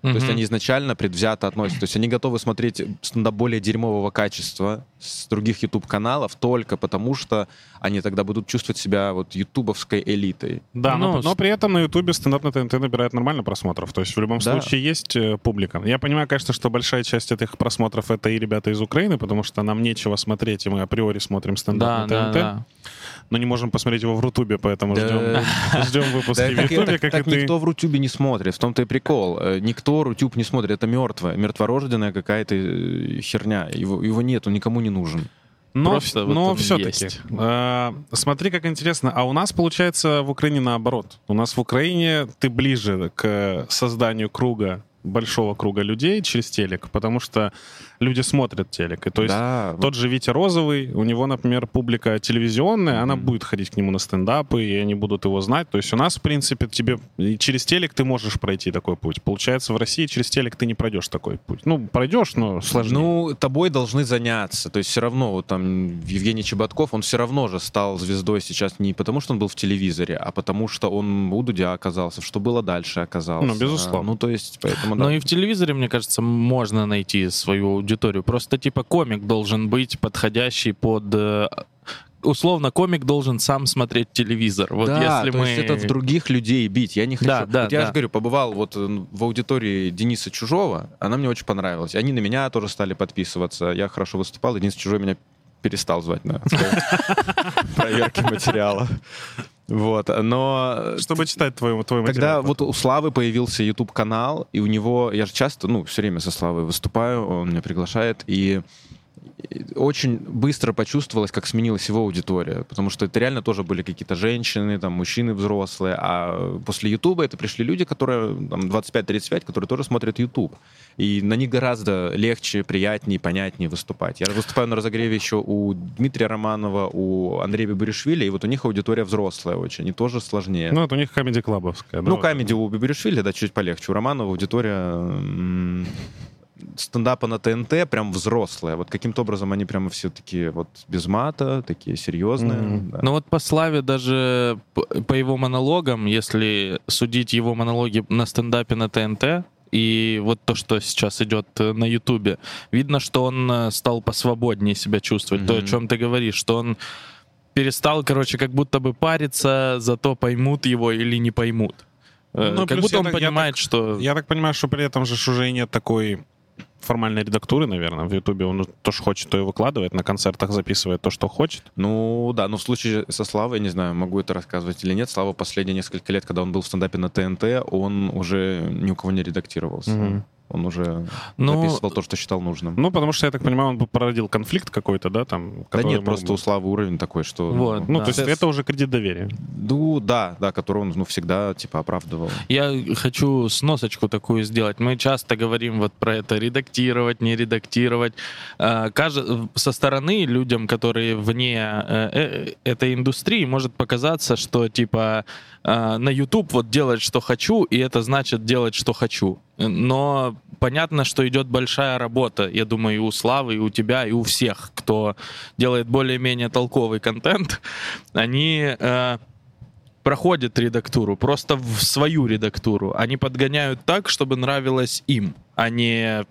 То есть Мгм. они изначально предвзято относятся. То есть они готовы смотреть стендап более дерьмового качества с других YouTube-каналов только потому, что они тогда будут чувствовать себя вот ютубовской элитой. Да, но, Ну, но с- при этом на Ютубе стендап на ТНТ набирает нормально просмотров. То есть в любом Да. случае есть э, публика. Я понимаю, конечно, что большая часть этих просмотров — это и ребята из Украины, потому что нам нечего смотреть, и мы априори смотрим стендап Да, на да, ТНТ, да. но не можем посмотреть его в Рутубе, поэтому Да. ждем, ждем выпуски Да, в так, Ютубе, так- как так и ты. никто в Рутюбе не смотрит, в том-то и прикол. Э, Никто Рутюб не смотрит, это мертвое, мертворожденная какая-то э, херня. Его, его нет, он никому не нужен. Но, Просто вс- вот но он все-таки, есть. э, смотри, как интересно. А у нас, получается, в Украине наоборот. У нас в Украине ты ближе к созданию круга, большого круга людей через телек, потому что люди смотрят телек. И то есть Да, тот же Витя Розовый, у него, например, публика телевизионная, она Мгм. будет ходить к нему на стендапы, и они будут его знать. То есть у нас, в принципе, тебе и через телек ты можешь пройти такой путь. Получается, в России через телек ты не пройдешь такой путь. Ну, пройдешь, но сложнее. Ну, тобой должны заняться. То есть все равно, вот там Евгений Чеботков, он все равно же стал звездой сейчас не потому, что он был в телевизоре, а потому что он у Дудя оказался, что было дальше оказался. Ну, безусловно. А, Ну, то есть, поэтому, да. Но и в телевизоре, мне кажется, можно найти свою аудиторию. Просто типа комик должен быть подходящий под... э, Условно, комик должен сам смотреть телевизор. Вот да, если то мы... есть это в других людей бить. Я не хочу. Да, да, вот я да. же говорю, побывал вот э, в аудитории Дениса Чужого, она мне очень понравилась. Они на меня тоже стали подписываться. Я хорошо выступал, и Денис Чужой меня перестал звать на проверки материала. Вот, но... Чтобы читать твой, твой материал. Когда потом. вот у Славы появился YouTube-канал, и у него... Я же часто, ну, все время со Славой выступаю, он меня приглашает, и и очень быстро почувствовалось, как сменилась его аудитория, потому что это реально тоже были какие-то женщины, там, мужчины взрослые, а после Ютуба это пришли люди, которые, там, двадцать пять тридцать пять, которые тоже смотрят Ютуб, и на них гораздо легче, приятнее, понятнее выступать. Я выступаю на разогреве еще у Дмитрия Романова, у Андрея Бибаришвили, и вот у них аудитория взрослая очень, и тоже сложнее. Ну, это у них комеди-клабовская. да, Ну, вот. камеди у Бибаришвили, да, чуть полегче. У Романова аудитория м, стендапа на ТНТ прям взрослая. Вот каким-то образом они прямо все такие вот без мата, такие серьезные. Мгм. да. Ну вот по Славе даже п- по его монологам, если судить его монологи на стендапе на ТНТ, и вот то, что сейчас идет э, на Ютубе, видно, что он э, стал посвободнее себя чувствовать. То, о Мгм. чем ты говоришь, что он перестал, короче, как будто бы париться за то, поймут его или не поймут. Э, Ну, как плюс будто я он так- я понимает, что... Я так понимаю, что при этом же ж уже и нет такой формальной редактуры, наверное, в Ютубе. Он то, что хочет, то и выкладывает, на концертах записывает то, что хочет. Ну, да, но в случае со Славой, я не знаю, могу это рассказывать или нет, Слава последние несколько лет, когда он был в стендапе на ТНТ, он уже ни у кого не редактировался. Мгм. Он уже Ну, записывал то, что считал нужным. Ну, потому что, я так понимаю, он породил конфликт какой-то, да, там? Да который нет, мог просто бы- у Славы уровень такой, что... Вот, Ну, да. то есть это уже кредит доверия. Ну, да, да, который он, ну, всегда, типа, оправдывал. Я хочу сносочку такую сделать. Мы часто говорим вот про это редактировать, не редактировать. А, каже- Со стороны людям, которые вне э, э, этой индустрии, может показаться, что типа э, на YouTube вот делать, что хочу, и это значит делать, что хочу. Но понятно, что идет большая работа, я думаю, и у Славы, и у тебя, и у всех, кто делает более-менее толковый контент. Они... э, проходят редактуру, просто в свою редактуру. Они подгоняют так, чтобы нравилось им, а не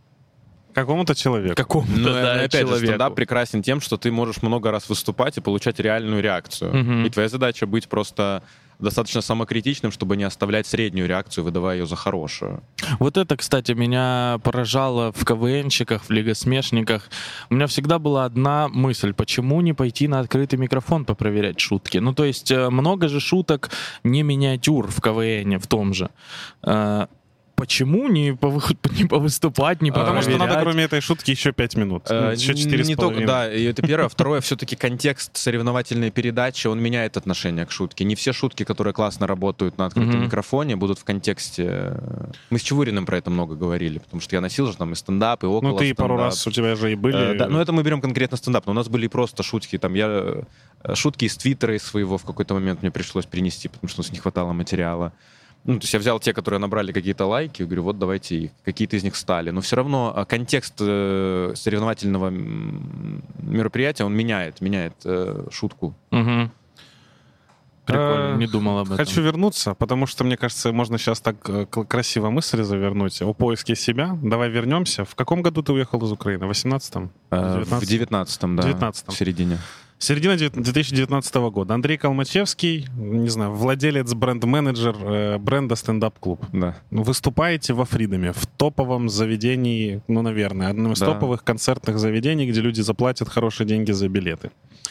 Какому-то человеку. какому-то Ну, да, опять же, человеку. стендап прекрасен тем, что ты можешь много раз выступать и получать реальную реакцию. Мгм. И твоя задача быть просто достаточно самокритичным, чтобы не оставлять среднюю реакцию, выдавая ее за хорошую. Вот это, кстати, меня поражало в КВНщиках, в лигосмешниках. У меня всегда была одна мысль, почему не пойти на открытый микрофон попроверять шутки? Ну, то есть э, много же шуток не миниатюр в КВНе, в том же. Э, Почему не, повы- не повыступать, не Потому что надо, попроверять? кроме этой шутки, еще пять минут. Э, Ну, еще четыре с не только, половиной. да, и это первое. Второе, все-таки контекст соревновательной передачи, он меняет отношение к шутке. Не все шутки, которые классно работают на открытом Мгм. микрофоне, будут в контексте... Мы с Чевуриным про это много говорили, потому что я носил же там и стендап, и около Ну, ты и пару стендап. раз у тебя же и были. Э, да, ну это мы берем конкретно стендап, но у нас были и просто шутки. Там я э, шутки из Твиттера из своего в какой-то момент мне пришлось перенести, потому что у нас не хватало материала. Ну, то есть я взял те, которые набрали какие-то лайки, и говорю, вот давайте их. Какие-то из них стали. Но все равно э, контекст э, соревновательного м, мероприятия, он меняет, меняет э, шутку. Мгм. Прикольно, не думал об этом. Хочу вернуться, потому что, мне кажется, можно сейчас так э, к- красиво мысль завернуть о поиске себя. Давай вернемся. В каком году ты уехал из Украины? В восемнадцатом? Э, В девятнадцатом, да. девятнадцатом. В середине. Середина девят- две тысячи девятнадцатого года. Андрей Калмачевский, не знаю, владелец, бренд-менеджер э, бренда «Стендап-клуб». Да. Выступаете во Фридоме, в топовом заведении, ну, наверное, одном из Да. топовых концертных заведений, где люди заплатят хорошие деньги за билеты.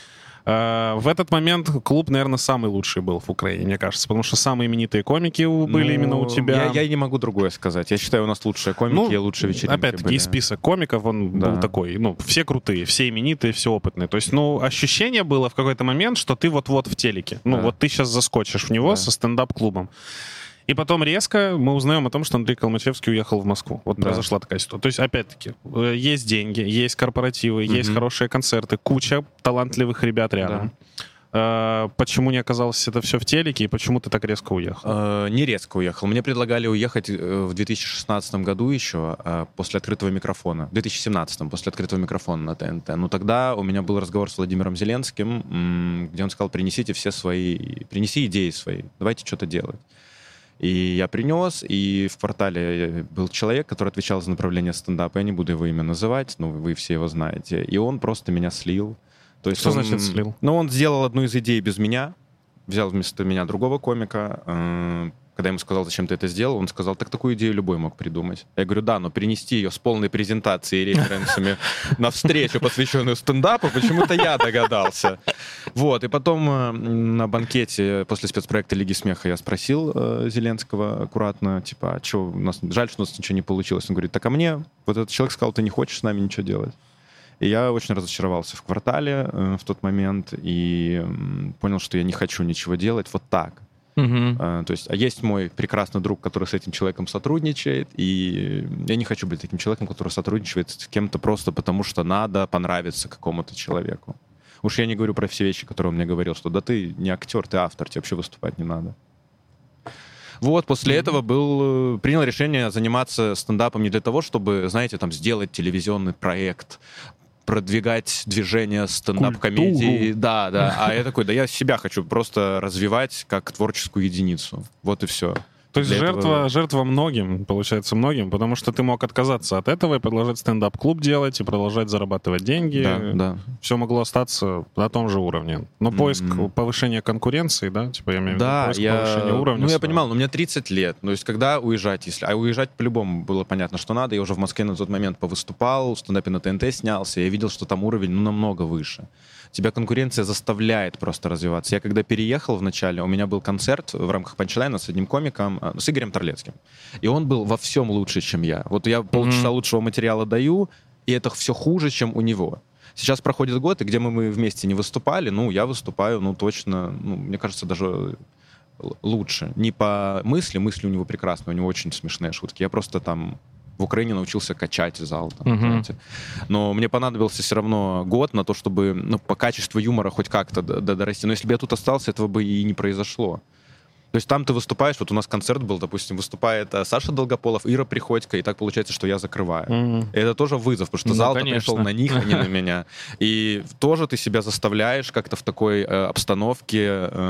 Э, В этот момент клуб, наверное, самый лучший был в Украине, мне кажется, потому что самые именитые комики у- были Ну, именно у тебя. Я, я и не могу другое сказать. Я считаю, у нас лучшие комики Ну, и лучшие вечеринки Опять-таки, были. и список комиков, он Да. был такой, ну, все крутые, все именитые, все опытные. То есть, ну, ощущение было в какой-то момент, что ты вот-вот в телеке. Ну, Да. вот ты сейчас заскочишь в него Да. со стендап-клубом. И потом резко мы узнаем о том, что Андрей Калмачевский уехал в Москву. Вот Да. произошла такая ситуация. То есть, опять-таки, э, есть деньги, есть корпоративы, есть Мгм. хорошие концерты, куча талантливых ребят рядом. Э, Почему не оказалось это все в телеке, и почему ты так резко уехал? Э, Не резко уехал. Мне предлагали уехать э, в две тысячи шестнадцатом году еще, э, после открытого микрофона. В две тысячи семнадцатом, после открытого микрофона на ТНТ. Но тогда у меня был разговор с Владимиром Зеленским, м, где он сказал: принесите все свои, принеси идеи свои, давайте что-то делать. И я принес, и в квартале был человек, который отвечал за направление стендапа. Я не буду его имя называть, но вы все его знаете. И он просто меня слил. То есть Что он, значит слил? Ну, он сделал одну из идей без меня, взял вместо меня другого комика. Э, Когда я ему сказал, зачем ты это сделал, он сказал: так такую идею любой мог придумать. Я говорю: да, но перенести ее с полной презентацией и референсами на встречу, посвященную стендапу, почему-то я догадался. Вот, и потом э, на банкете после спецпроекта «Лиги смеха» я спросил э, Зеленского аккуратно, типа: а что, у нас, жаль, что у нас ничего не получилось. Он говорит: так а мне вот этот человек сказал: ты не хочешь с нами ничего делать. И я очень разочаровался в квартале э, в тот момент и м, понял, что я не хочу ничего делать вот так. Мгм. А, то есть, а есть мой прекрасный друг, который с этим человеком сотрудничает, и я не хочу быть таким человеком, который сотрудничает с кем-то просто потому, что надо понравиться какому-то человеку. Уж я не говорю про все вещи, которые он мне говорил, что да ты не актер, ты автор, тебе вообще выступать не надо. Вот, после этого был, э, принял решение заниматься стендапом не для того, чтобы, знаете, там, сделать телевизионный проект, продвигать движение стендап-комедии. Культуру. Да, да. А я такой: да я себя хочу просто развивать как творческую единицу. Вот и все. То есть Для жертва, этого- жертва многим, получается, многим, потому что ты мог отказаться от этого и продолжать стендап-клуб делать, и продолжать зарабатывать деньги. Да, да. Все могло остаться на том же уровне. Но поиск Мгм. повышения конкуренции, да, типа я имею в виду Да, поиск я, повышения уровня. ну, я своего. понимал, но мне тридцать лет. То есть, когда уезжать, если... А уезжать по-любому было понятно, что надо. Я уже в Москве на тот момент повыступал, в стендапе на ТНТ снялся. Я видел, что там уровень, ну, намного выше. Тебя конкуренция заставляет просто развиваться. Я когда переехал вначале, у меня был концерт в рамках панчлайна с одним комиком, э, с Игорем Торлецким. И он был во всем лучше, чем я. Вот я полчаса лучшего материала даю, и это все хуже, чем у него. Сейчас проходит год, и где мы, мы вместе не выступали, ну, я выступаю, ну, точно, ну, мне кажется, даже л- лучше. Не по мысли, мысли у него прекрасные, у него очень смешные шутки. Я просто там в Украине научился качать зал. Там, Мгм. знаете. Но мне понадобился все равно год на то, чтобы, ну, по качеству юмора хоть как-то д- д- дорасти. Но если бы я тут остался, этого бы и не произошло. То есть там ты выступаешь, вот у нас концерт был, допустим, выступает э, Саша Долгополов, Ира Приходько, и так получается, что я закрываю. Мгм. И это тоже вызов, потому что Ну, зал конечно. пришел на них, а не на меня. И тоже ты себя заставляешь как-то в такой э, обстановке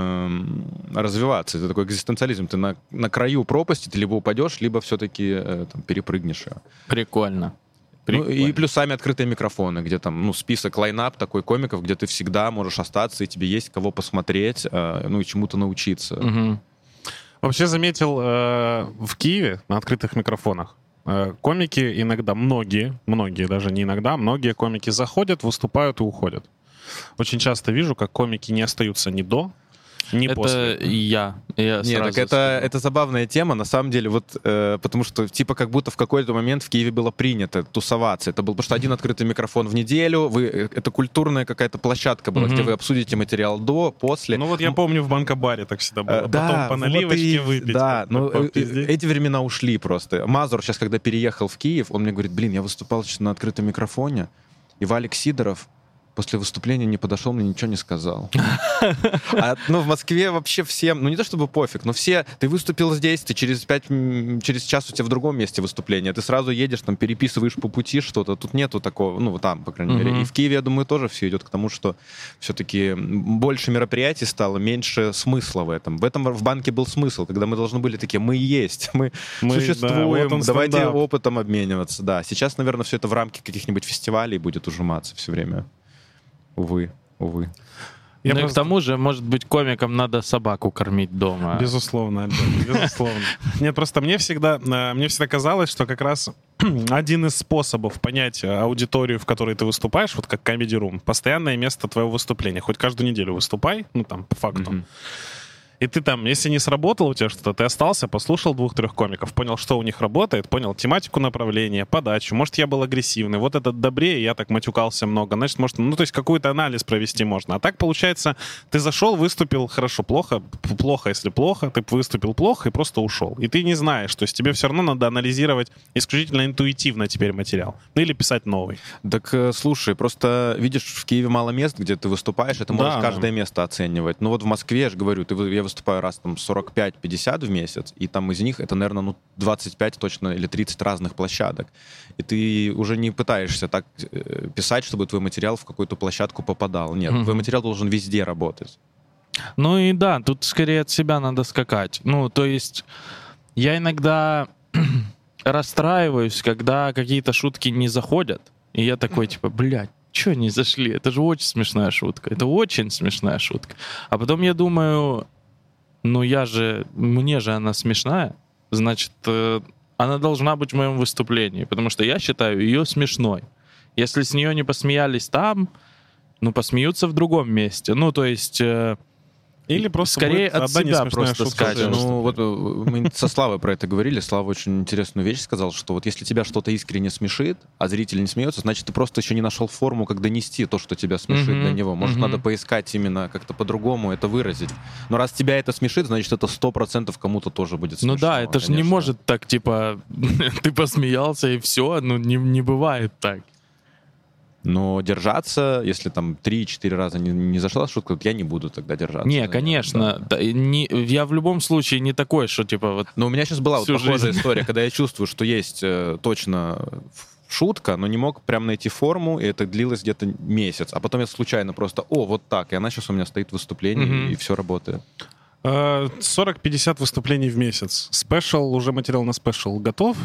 эм, развиваться. Это такой экзистенциализм. Ты на, на краю пропасти, ты либо упадешь, либо все-таки э, там, перепрыгнешь ее. Прикольно. Ну, и Прикольно. плюс сами открытые микрофоны, где там, ну, список, лайнап такой комиков, где ты всегда можешь остаться, и тебе есть кого посмотреть, э, ну, и чему-то научиться. Мгм. Вообще заметил э, в Киеве на открытых микрофонах э, комики иногда, многие, многие даже не иногда, многие комики заходят, выступают и уходят. Очень часто вижу, как комики не остаются ни до, ни Это после. и я. Я Нет, сразу так это, скажу. это забавная тема, на самом деле, вот, э, потому что, типа, как будто в какой-то момент в Киеве было принято тусоваться. Это был просто один открытый микрофон в неделю, вы, э, это культурная какая-то площадка была, Мгм. где вы обсудите материал до, после. Ну вот я помню, в банкобаре так всегда было. Э, да, Потом по вот наливочке и- выпить. Да, по- но по- э, попиздеть. эти времена ушли просто. Мазур сейчас, когда переехал в Киев, он мне говорит: блин, я выступал сейчас на открытом микрофоне, и Валик Сидоров После выступления не подошел, мне ничего не сказал. А, ну, в Москве вообще всем, ну, не то чтобы пофиг, но все, ты выступил здесь, ты через пять, через час у тебя в другом месте выступление, ты сразу едешь, там, переписываешь по пути что-то, тут нету такого, ну, там, по крайней мере. И в Киеве, я думаю, тоже все идет к тому, что все-таки больше мероприятий стало, меньше смысла в этом. В этом в банке был смысл, когда мы должны были такие, мы есть, мы, мы существуем, да, вот давайте стендап. Опытом обмениваться. Да, сейчас, наверное, все это в рамке каких-нибудь фестивалей будет ужиматься все время. Увы, увы. Я ну просто... и к тому же, может быть, комикам надо собаку кормить дома. Безусловно, Альберт, безусловно. Нет, просто мне всегда, мне всегда казалось, что как раз один из способов понять аудиторию, в которой ты выступаешь, вот как Comedy Room, постоянное место твоего выступления. Хоть каждую неделю выступай, ну там, по факту. Mm-hmm. И ты там, если не сработало у тебя что-то, ты остался, послушал двух-трех комиков, понял, что у них работает, понял тематику направления, подачу. Может, я был агрессивный, вот этот добрее, я так матюкался много. Значит, может, ну, то есть какой-то анализ провести можно. А так, получается, ты зашел, выступил хорошо, плохо, плохо, если плохо, ты выступил плохо и просто ушел. И ты не знаешь, то есть тебе все равно надо анализировать исключительно интуитивно теперь материал. Ну, или писать новый. Так, слушай, просто видишь, в Киеве мало мест, где ты выступаешь, это можешь да, каждое да. место оценивать. Ну, вот в Москве, я же говорю, ты, я выступаю раз там сорок пять пятьдесят в месяц, и там из них это, наверное, ну, двадцать пять точно или тридцать разных площадок. И ты уже не пытаешься так э, писать, чтобы твой материал в какую-то площадку попадал. Нет, mm-hmm. твой материал должен везде работать. Ну и да, тут скорее от себя надо скакать. Ну, то есть я иногда расстраиваюсь, когда какие-то шутки не заходят, и я такой, типа, блядь, чё не зашли? Это же очень смешная шутка. Это очень смешная шутка. А потом я думаю... Ну, я же, мне же она смешная, значит, э, она должна быть в моем выступлении, потому что я считаю ее смешной. Если с нее не посмеялись там, ну, посмеются в другом месте. Ну, то есть... Э, Или просто скорее от себя просто скажем. Ну, вот мы со Славой про это говорили. Слава очень интересную вещь сказал, что вот если тебя что-то искренне смешит, а зритель не смеется, значит, ты просто еще не нашел форму, как донести то, что тебя смешит mm-hmm. до него. Может, mm-hmm. надо поискать именно как-то по-другому это выразить. Но раз тебя это смешит, значит, это сто процентов кому-то тоже будет смешно. Ну да, это же не может так, типа, ты посмеялся и все. Ну, не, не бывает так. Но держаться, если там три-четыре раза не, не зашла шутка, я не буду тогда держаться. Не, конечно. Да. Да, не, я в любом случае не такой, что типа вот... Но у меня сейчас была вот похожая история, когда я чувствую, что есть э, точно шутка, но не мог прям найти форму, и это длилось где-то месяц. А потом я случайно просто, о, вот так, и она сейчас у меня стоит в выступлении, mm-hmm. и все работает. сорок-пятьдесят выступлений в месяц. Спешл, уже материал на спешл готов?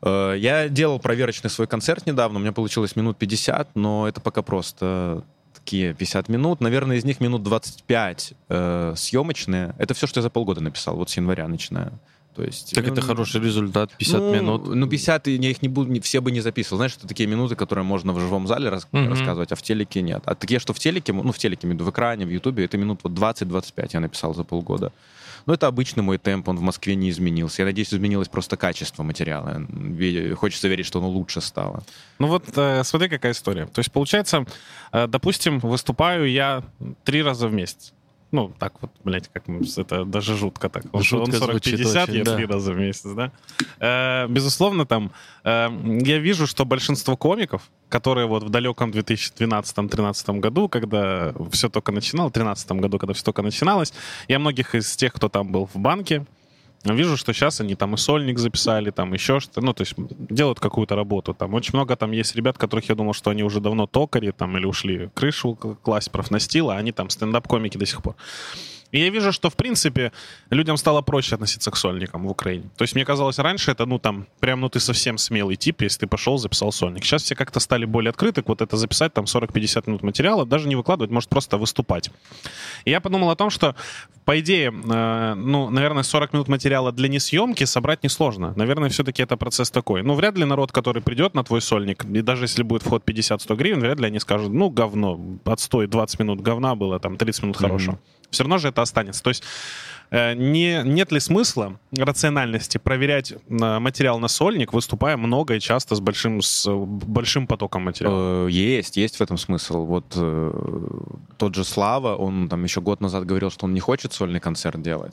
Я делал проверочный свой концерт недавно, у меня получилось минут пятьдесят, но это пока просто такие пятьдесят минут. Наверное, из них минут двадцать пять э, съемочные. Это все, что я за полгода написал, вот с января начиная. То есть, так ну, это хороший результат, пятьдесят ну, минут. Ну, пятьдесят, я их не буду, не, все бы не записывал. Знаешь, это такие минуты, которые можно в живом зале рас, mm-hmm. рассказывать, а в телеке нет. А такие, что в телеке, ну, в телеке, в экране, в Ютубе, это минут вот двадцать-двадцать пять я написал за полгода. Но это обычный мой темп, он в Москве не изменился. Я надеюсь, изменилось просто качество материала. Хочется верить, что оно лучше стало. Ну вот э, смотри, какая история. То есть, получается, э, допустим, выступаю я три раза в месяц. Ну, так вот, блядь, как это даже жутко так. Он, он сорок-пятьдесят, я да. три раза в месяц, да? Э, безусловно, там, э, я вижу, что большинство комиков, которые вот в далеком две тысячи двенадцатом-тринадцатом году, когда все только начиналось, в тринадцатом году, когда все только начиналось, я многих из тех, кто там был в банке, вижу, что сейчас они там и сольник записали, там еще что-то, ну, то есть делают какую-то работу. Там очень много там есть ребят, которых я думал, что они уже давно токари там или ушли крышу класть профнастила, а они там стендап-комики до сих пор. И я вижу, что, в принципе, людям стало проще относиться к сольникам в Украине. То есть мне казалось, раньше это, ну, там, прям, ну, ты совсем смелый тип, если ты пошел, записал сольник. Сейчас все как-то стали более открыты, вот это записать, там, сорок-пятьдесят минут материала, даже не выкладывать, может, просто выступать. И я подумал о том, что, по идее, э, ну, наверное, сорок минут материала для несъемки собрать несложно. Наверное, все-таки это процесс такой. Ну, вряд ли народ, который придет на твой сольник, и даже если будет вход пятьдесят-сто гривен, вряд ли они скажут, ну, говно, отстой, двадцать минут говна было, там, тридцать минут хорошего. Mm-hmm. Все равно же это останется. То есть э, не, нет ли смысла, рациональности проверять э, материал на сольник, выступая много и часто с большим, с большим потоком материала? Есть, есть в этом смысл. Вот э, тот же Слава, он там еще год назад говорил, что он не хочет сольный концерт делать.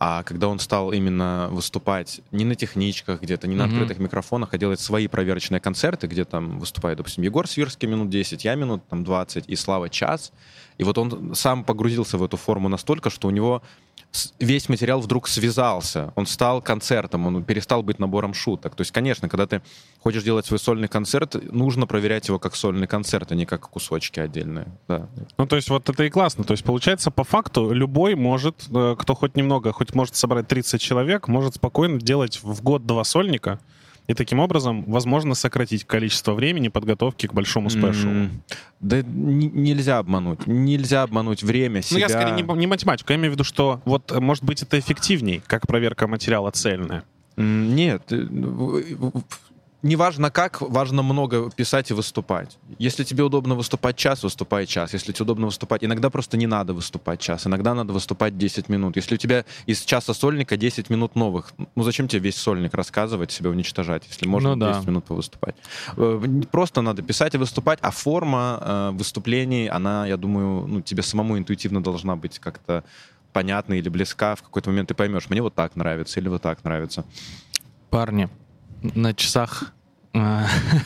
А когда он стал именно выступать не на техничках где-то, не на Мгм. открытых микрофонах, а делать свои проверочные концерты, где там выступает, допустим, Егор Свирский минут десять, я минут там двадцать и Слава час. И вот он сам погрузился в эту форму настолько, что у него с- весь материал вдруг связался. Он стал концертом, он перестал быть набором шуток. То есть, конечно, когда ты хочешь делать свой сольный концерт, нужно проверять его как сольный концерт, а не как кусочки отдельные. Да. Ну, то есть вот это и классно. То есть, получается, по факту, любой может, э, кто хоть немного, хоть может собрать тридцать человек, может спокойно делать в год два сольника, и таким образом, возможно, сократить количество времени подготовки к большому спешлу. М, Да н- нельзя обмануть. Нельзя обмануть время, Ну, себя. я скорее не, не математику, я имею в виду, что вот, э, может быть, это эффективней, как проверка материала цельная. М, Нет, э, в- в- в- не важно как, важно много писать и выступать. Если тебе удобно выступать час, выступай час. Если тебе удобно выступать... Иногда просто не надо выступать час, иногда надо выступать десять минут. Если у тебя из часа сольника десять минут новых, ну зачем тебе весь сольник рассказывать, себя уничтожать, если можно Ну да. десять минут повыступать? Э, Просто надо писать и выступать, а форма э, выступлений, она, я думаю, ну, тебе самому интуитивно должна быть как-то понятна или близка. В какой-то момент ты поймешь, мне вот так нравится или вот так нравится. Парни, на часах э,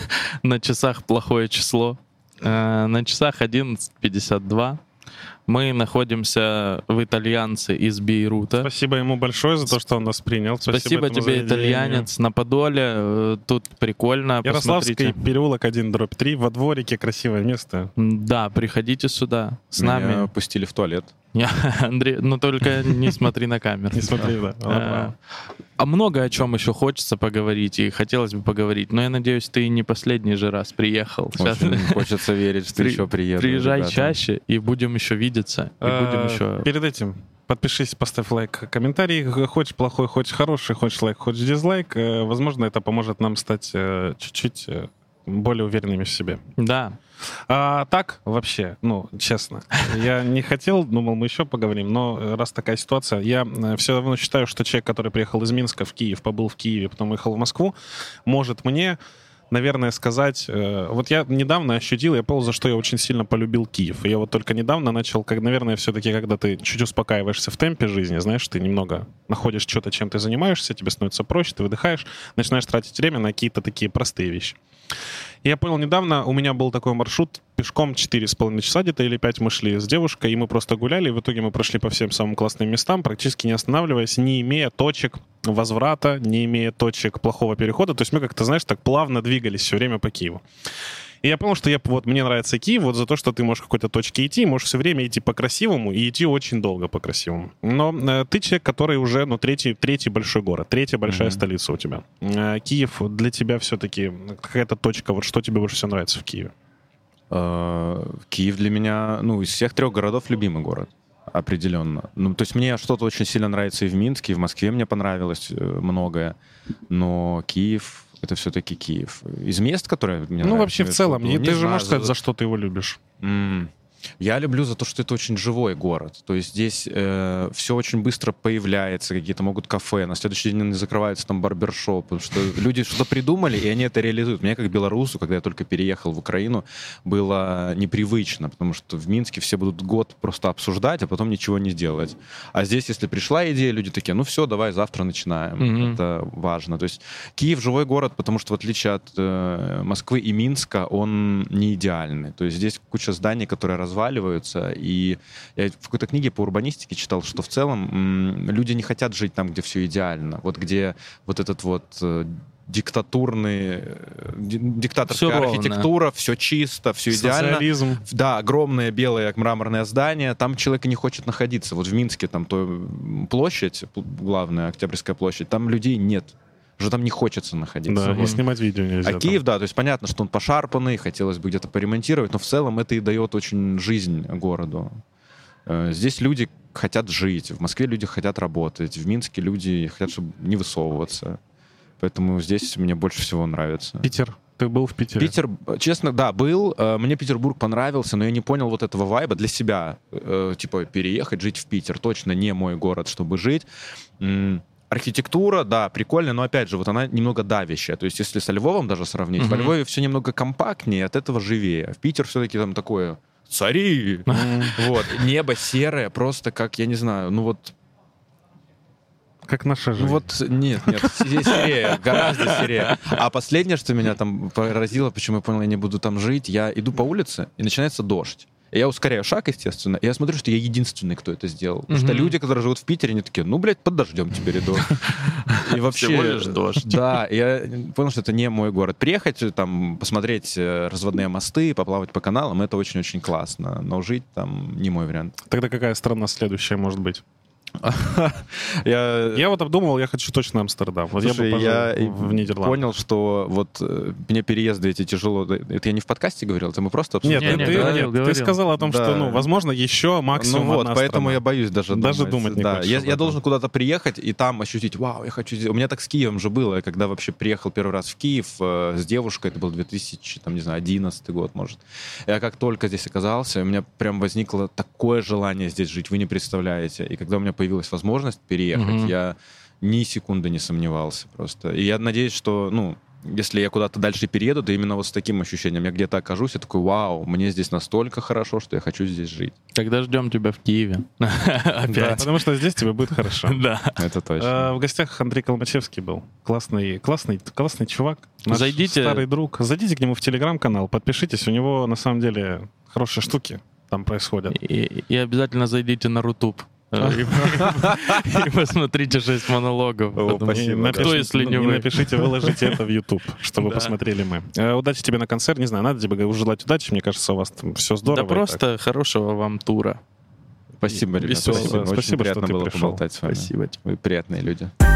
на часах плохое число. Э, На часах одиннадцать пятьдесят два. Мы находимся в итальянце из Бейрута. Спасибо ему большое за то, что он нас принял. Спасибо этому тебе, заведению. итальянец, на Подоле. Э, Тут прикольно. Ярославский Посмотрите. переулок один дробь три, во дворике, красивое место. М, Да, приходите сюда с Меня нами. пустили в туалет. Я, Андрей, ну только не смотри на камеру. Не смотри, да. Э, А много о чем еще хочется поговорить, и хотелось бы поговорить. Но я надеюсь, ты не последний же раз приехал. Сейчас Очень хочется верить, что При- еще приеду. приезжай ребята. чаще, и будем еще видеться. И будем А, еще... Перед этим подпишись, поставь лайк, комментарий. Хочешь плохой, хочешь хороший, хочешь лайк, хочешь дизлайк. Э, Возможно, это поможет нам стать э, чуть-чуть э, более уверенными в себе. Да. А так, вообще, ну, честно, я не хотел, думал, мы еще поговорим, но э, раз такая ситуация, я все равно считаю, что человек, который приехал из Минска в Киев, побыл в Киеве, потом уехал в Москву, может мне, наверное, сказать... э, вот я недавно ощутил, я понял, за что я очень сильно полюбил Киев. И я вот только недавно начал, как, наверное, все-таки, когда ты чуть успокаиваешься в темпе жизни, знаешь, ты немного находишь что-то, чем ты занимаешься, тебе становится проще, ты выдыхаешь, начинаешь тратить время на какие-то такие простые вещи. И я понял недавно, у меня был такой маршрут, пешком четыре с половиной часа где-то или пять мы шли с девушкой, и мы просто гуляли, и в итоге мы прошли по всем самым классным местам, практически не останавливаясь, не имея точек возврата, не имея точек плохого перехода. То есть мы как-то, знаешь, так плавно двигались все время по Киеву. И я понял, что я, вот, мне нравится Киев вот за то, что ты можешь к какой-то точке идти, можешь все время идти по-красивому и идти очень долго по-красивому. Но э, ты человек, который уже, ну, третий, третий большой город, третья большая Мгм. столица у тебя. Э, Киев для тебя все-таки какая-то точка, вот что тебе больше всего нравится в Киеве? Э, Киев для меня, ну, из всех трех городов любимый город. Определенно. Ну, то есть мне что-то очень сильно нравится и в Минске, и в Москве мне понравилось э, многое. Но Киев — это все-таки Киев. Из мест, которые мне Ну, нравятся, вообще в я целом, что-то, и ну, ты не же знаю, можешь сказать, за что ты его любишь. М, Я люблю за то, что это очень живой город. То есть здесь э, все очень быстро появляется, какие-то могут кафе, на следующий день закрывается там барбершоп, потому что люди что-то придумали, и они это реализуют. Мне, как белорусу, когда я только переехал в Украину, было непривычно, потому что в Минске все будут год просто обсуждать, а потом ничего не делать. А здесь, если пришла идея, люди такие, ну все, давай завтра начинаем. Мгм. Это важно. То есть Киев живой город, потому что в отличие от э, Москвы и Минска, он не идеальный. То есть здесь куча зданий, которые разваливаются, и я в какой-то книге по урбанистике читал, что в целом м, люди не хотят жить там, где все идеально. Вот где вот этот вот э, диктатурный, э, ди- диктаторская Всё ровно. архитектура, все чисто, все идеально. Социализм. Да, огромное белое мраморное здание, там человек и не хочет находиться. Вот в Минске там то м, площадь, п- главная Октябрьская площадь, там людей нет. Уже там не хочется находиться. Да, Вот. и снимать видео нельзя. А там. Киев, да, то есть понятно, что он пошарпанный, хотелось бы где-то поремонтировать, но в целом это и дает очень жизнь городу. Э, Здесь люди хотят жить, в Москве люди хотят работать, в Минске люди хотят, чтобы не высовываться. Поэтому здесь мне больше всего нравится. Питер. Ты был в Питере? Питер, честно, да, был. Э, Мне Петербург понравился, но я не понял вот этого вайба для себя. Э, Типа переехать, жить в Питер. Точно не мой город, чтобы жить. М, Архитектура, да, прикольная, но опять же, вот она немного давящая. То есть, если со Львовом даже сравнить, во Мгм. Львове все немного компактнее, от этого живее. В Питер все-таки там такое цари. М. Вот. Небо серое, просто как, я не знаю, ну вот Как наша жизнь. Вот нет, нет, серее, гораздо серее. А последнее, что меня там поразило, почему я понял, я не буду там жить, я иду по улице, и начинается дождь. Я ускоряю шаг, естественно, и я смотрю, что я единственный, кто это сделал. Потому что люди, которые живут в Питере, они такие, ну, блядь, под дождем теперь иду. И вообще... Всего лишь дождь. Да, я понял, что это не мой город. Приехать, там, посмотреть разводные мосты, поплавать по каналам, это очень-очень классно. Но жить там не мой вариант. Тогда какая страна следующая может быть? Я... я вот обдумал, я хочу точно Амстердам. Вот Слушай, я бы я в Нидерландах. понял, что вот э, мне переезды эти тяжело... Это я не в подкасте говорил, это мы просто Нет, обсуждали. Не, ты, не, ты, говорил, ты говорил. сказал о том, Да. что, ну, возможно, еще максимум Ну вот, одна поэтому страна. я боюсь даже Даже думать. думать не да. хочешь Я, об я этом. должен куда-то приехать и там ощутить, вау, я хочу... здесь». У меня так с Киевом же было, я когда вообще приехал первый раз в Киев э, с девушкой, это был две тысячи, там, не знаю, одиннадцатый год, может. Я как только здесь оказался, у меня прям возникло такое желание здесь жить, вы не представляете. И когда у меня появилась возможность переехать, Мгм. я ни секунды не сомневался просто. И я надеюсь, что, ну, если я куда-то дальше перееду, то именно вот с таким ощущением. Я где-то окажусь, я такой, вау, мне здесь настолько хорошо, что я хочу здесь жить. Тогда ждем тебя в Киеве. Опять. Потому что здесь тебе будет хорошо. Да. Это А, точно. В гостях Андрей Колмачевский был. Классный, классный, классный чувак. Наш Зайдите. старый друг. Зайдите к нему в Телеграм-канал, подпишитесь. У него, на самом деле, хорошие штуки там происходят. И, и обязательно зайдите на Рутуб. И и посмотрите шесть монологов. О, Потому- спасибо, И да. напишите- Кто, если не и вы? напишите, выложите это в YouTube, чтобы Да. посмотрели мы. Э, Удачи тебе на концерт. Не знаю, надо тебе желать удачи. Мне кажется, у вас там все здорово. Да и так. просто хорошего вам тура. Спасибо, ребята. Веселого. Спасибо, Спасибо, Очень что приятно ты было пришел. поболтать с вами. Спасибо тебе. Вы приятные люди.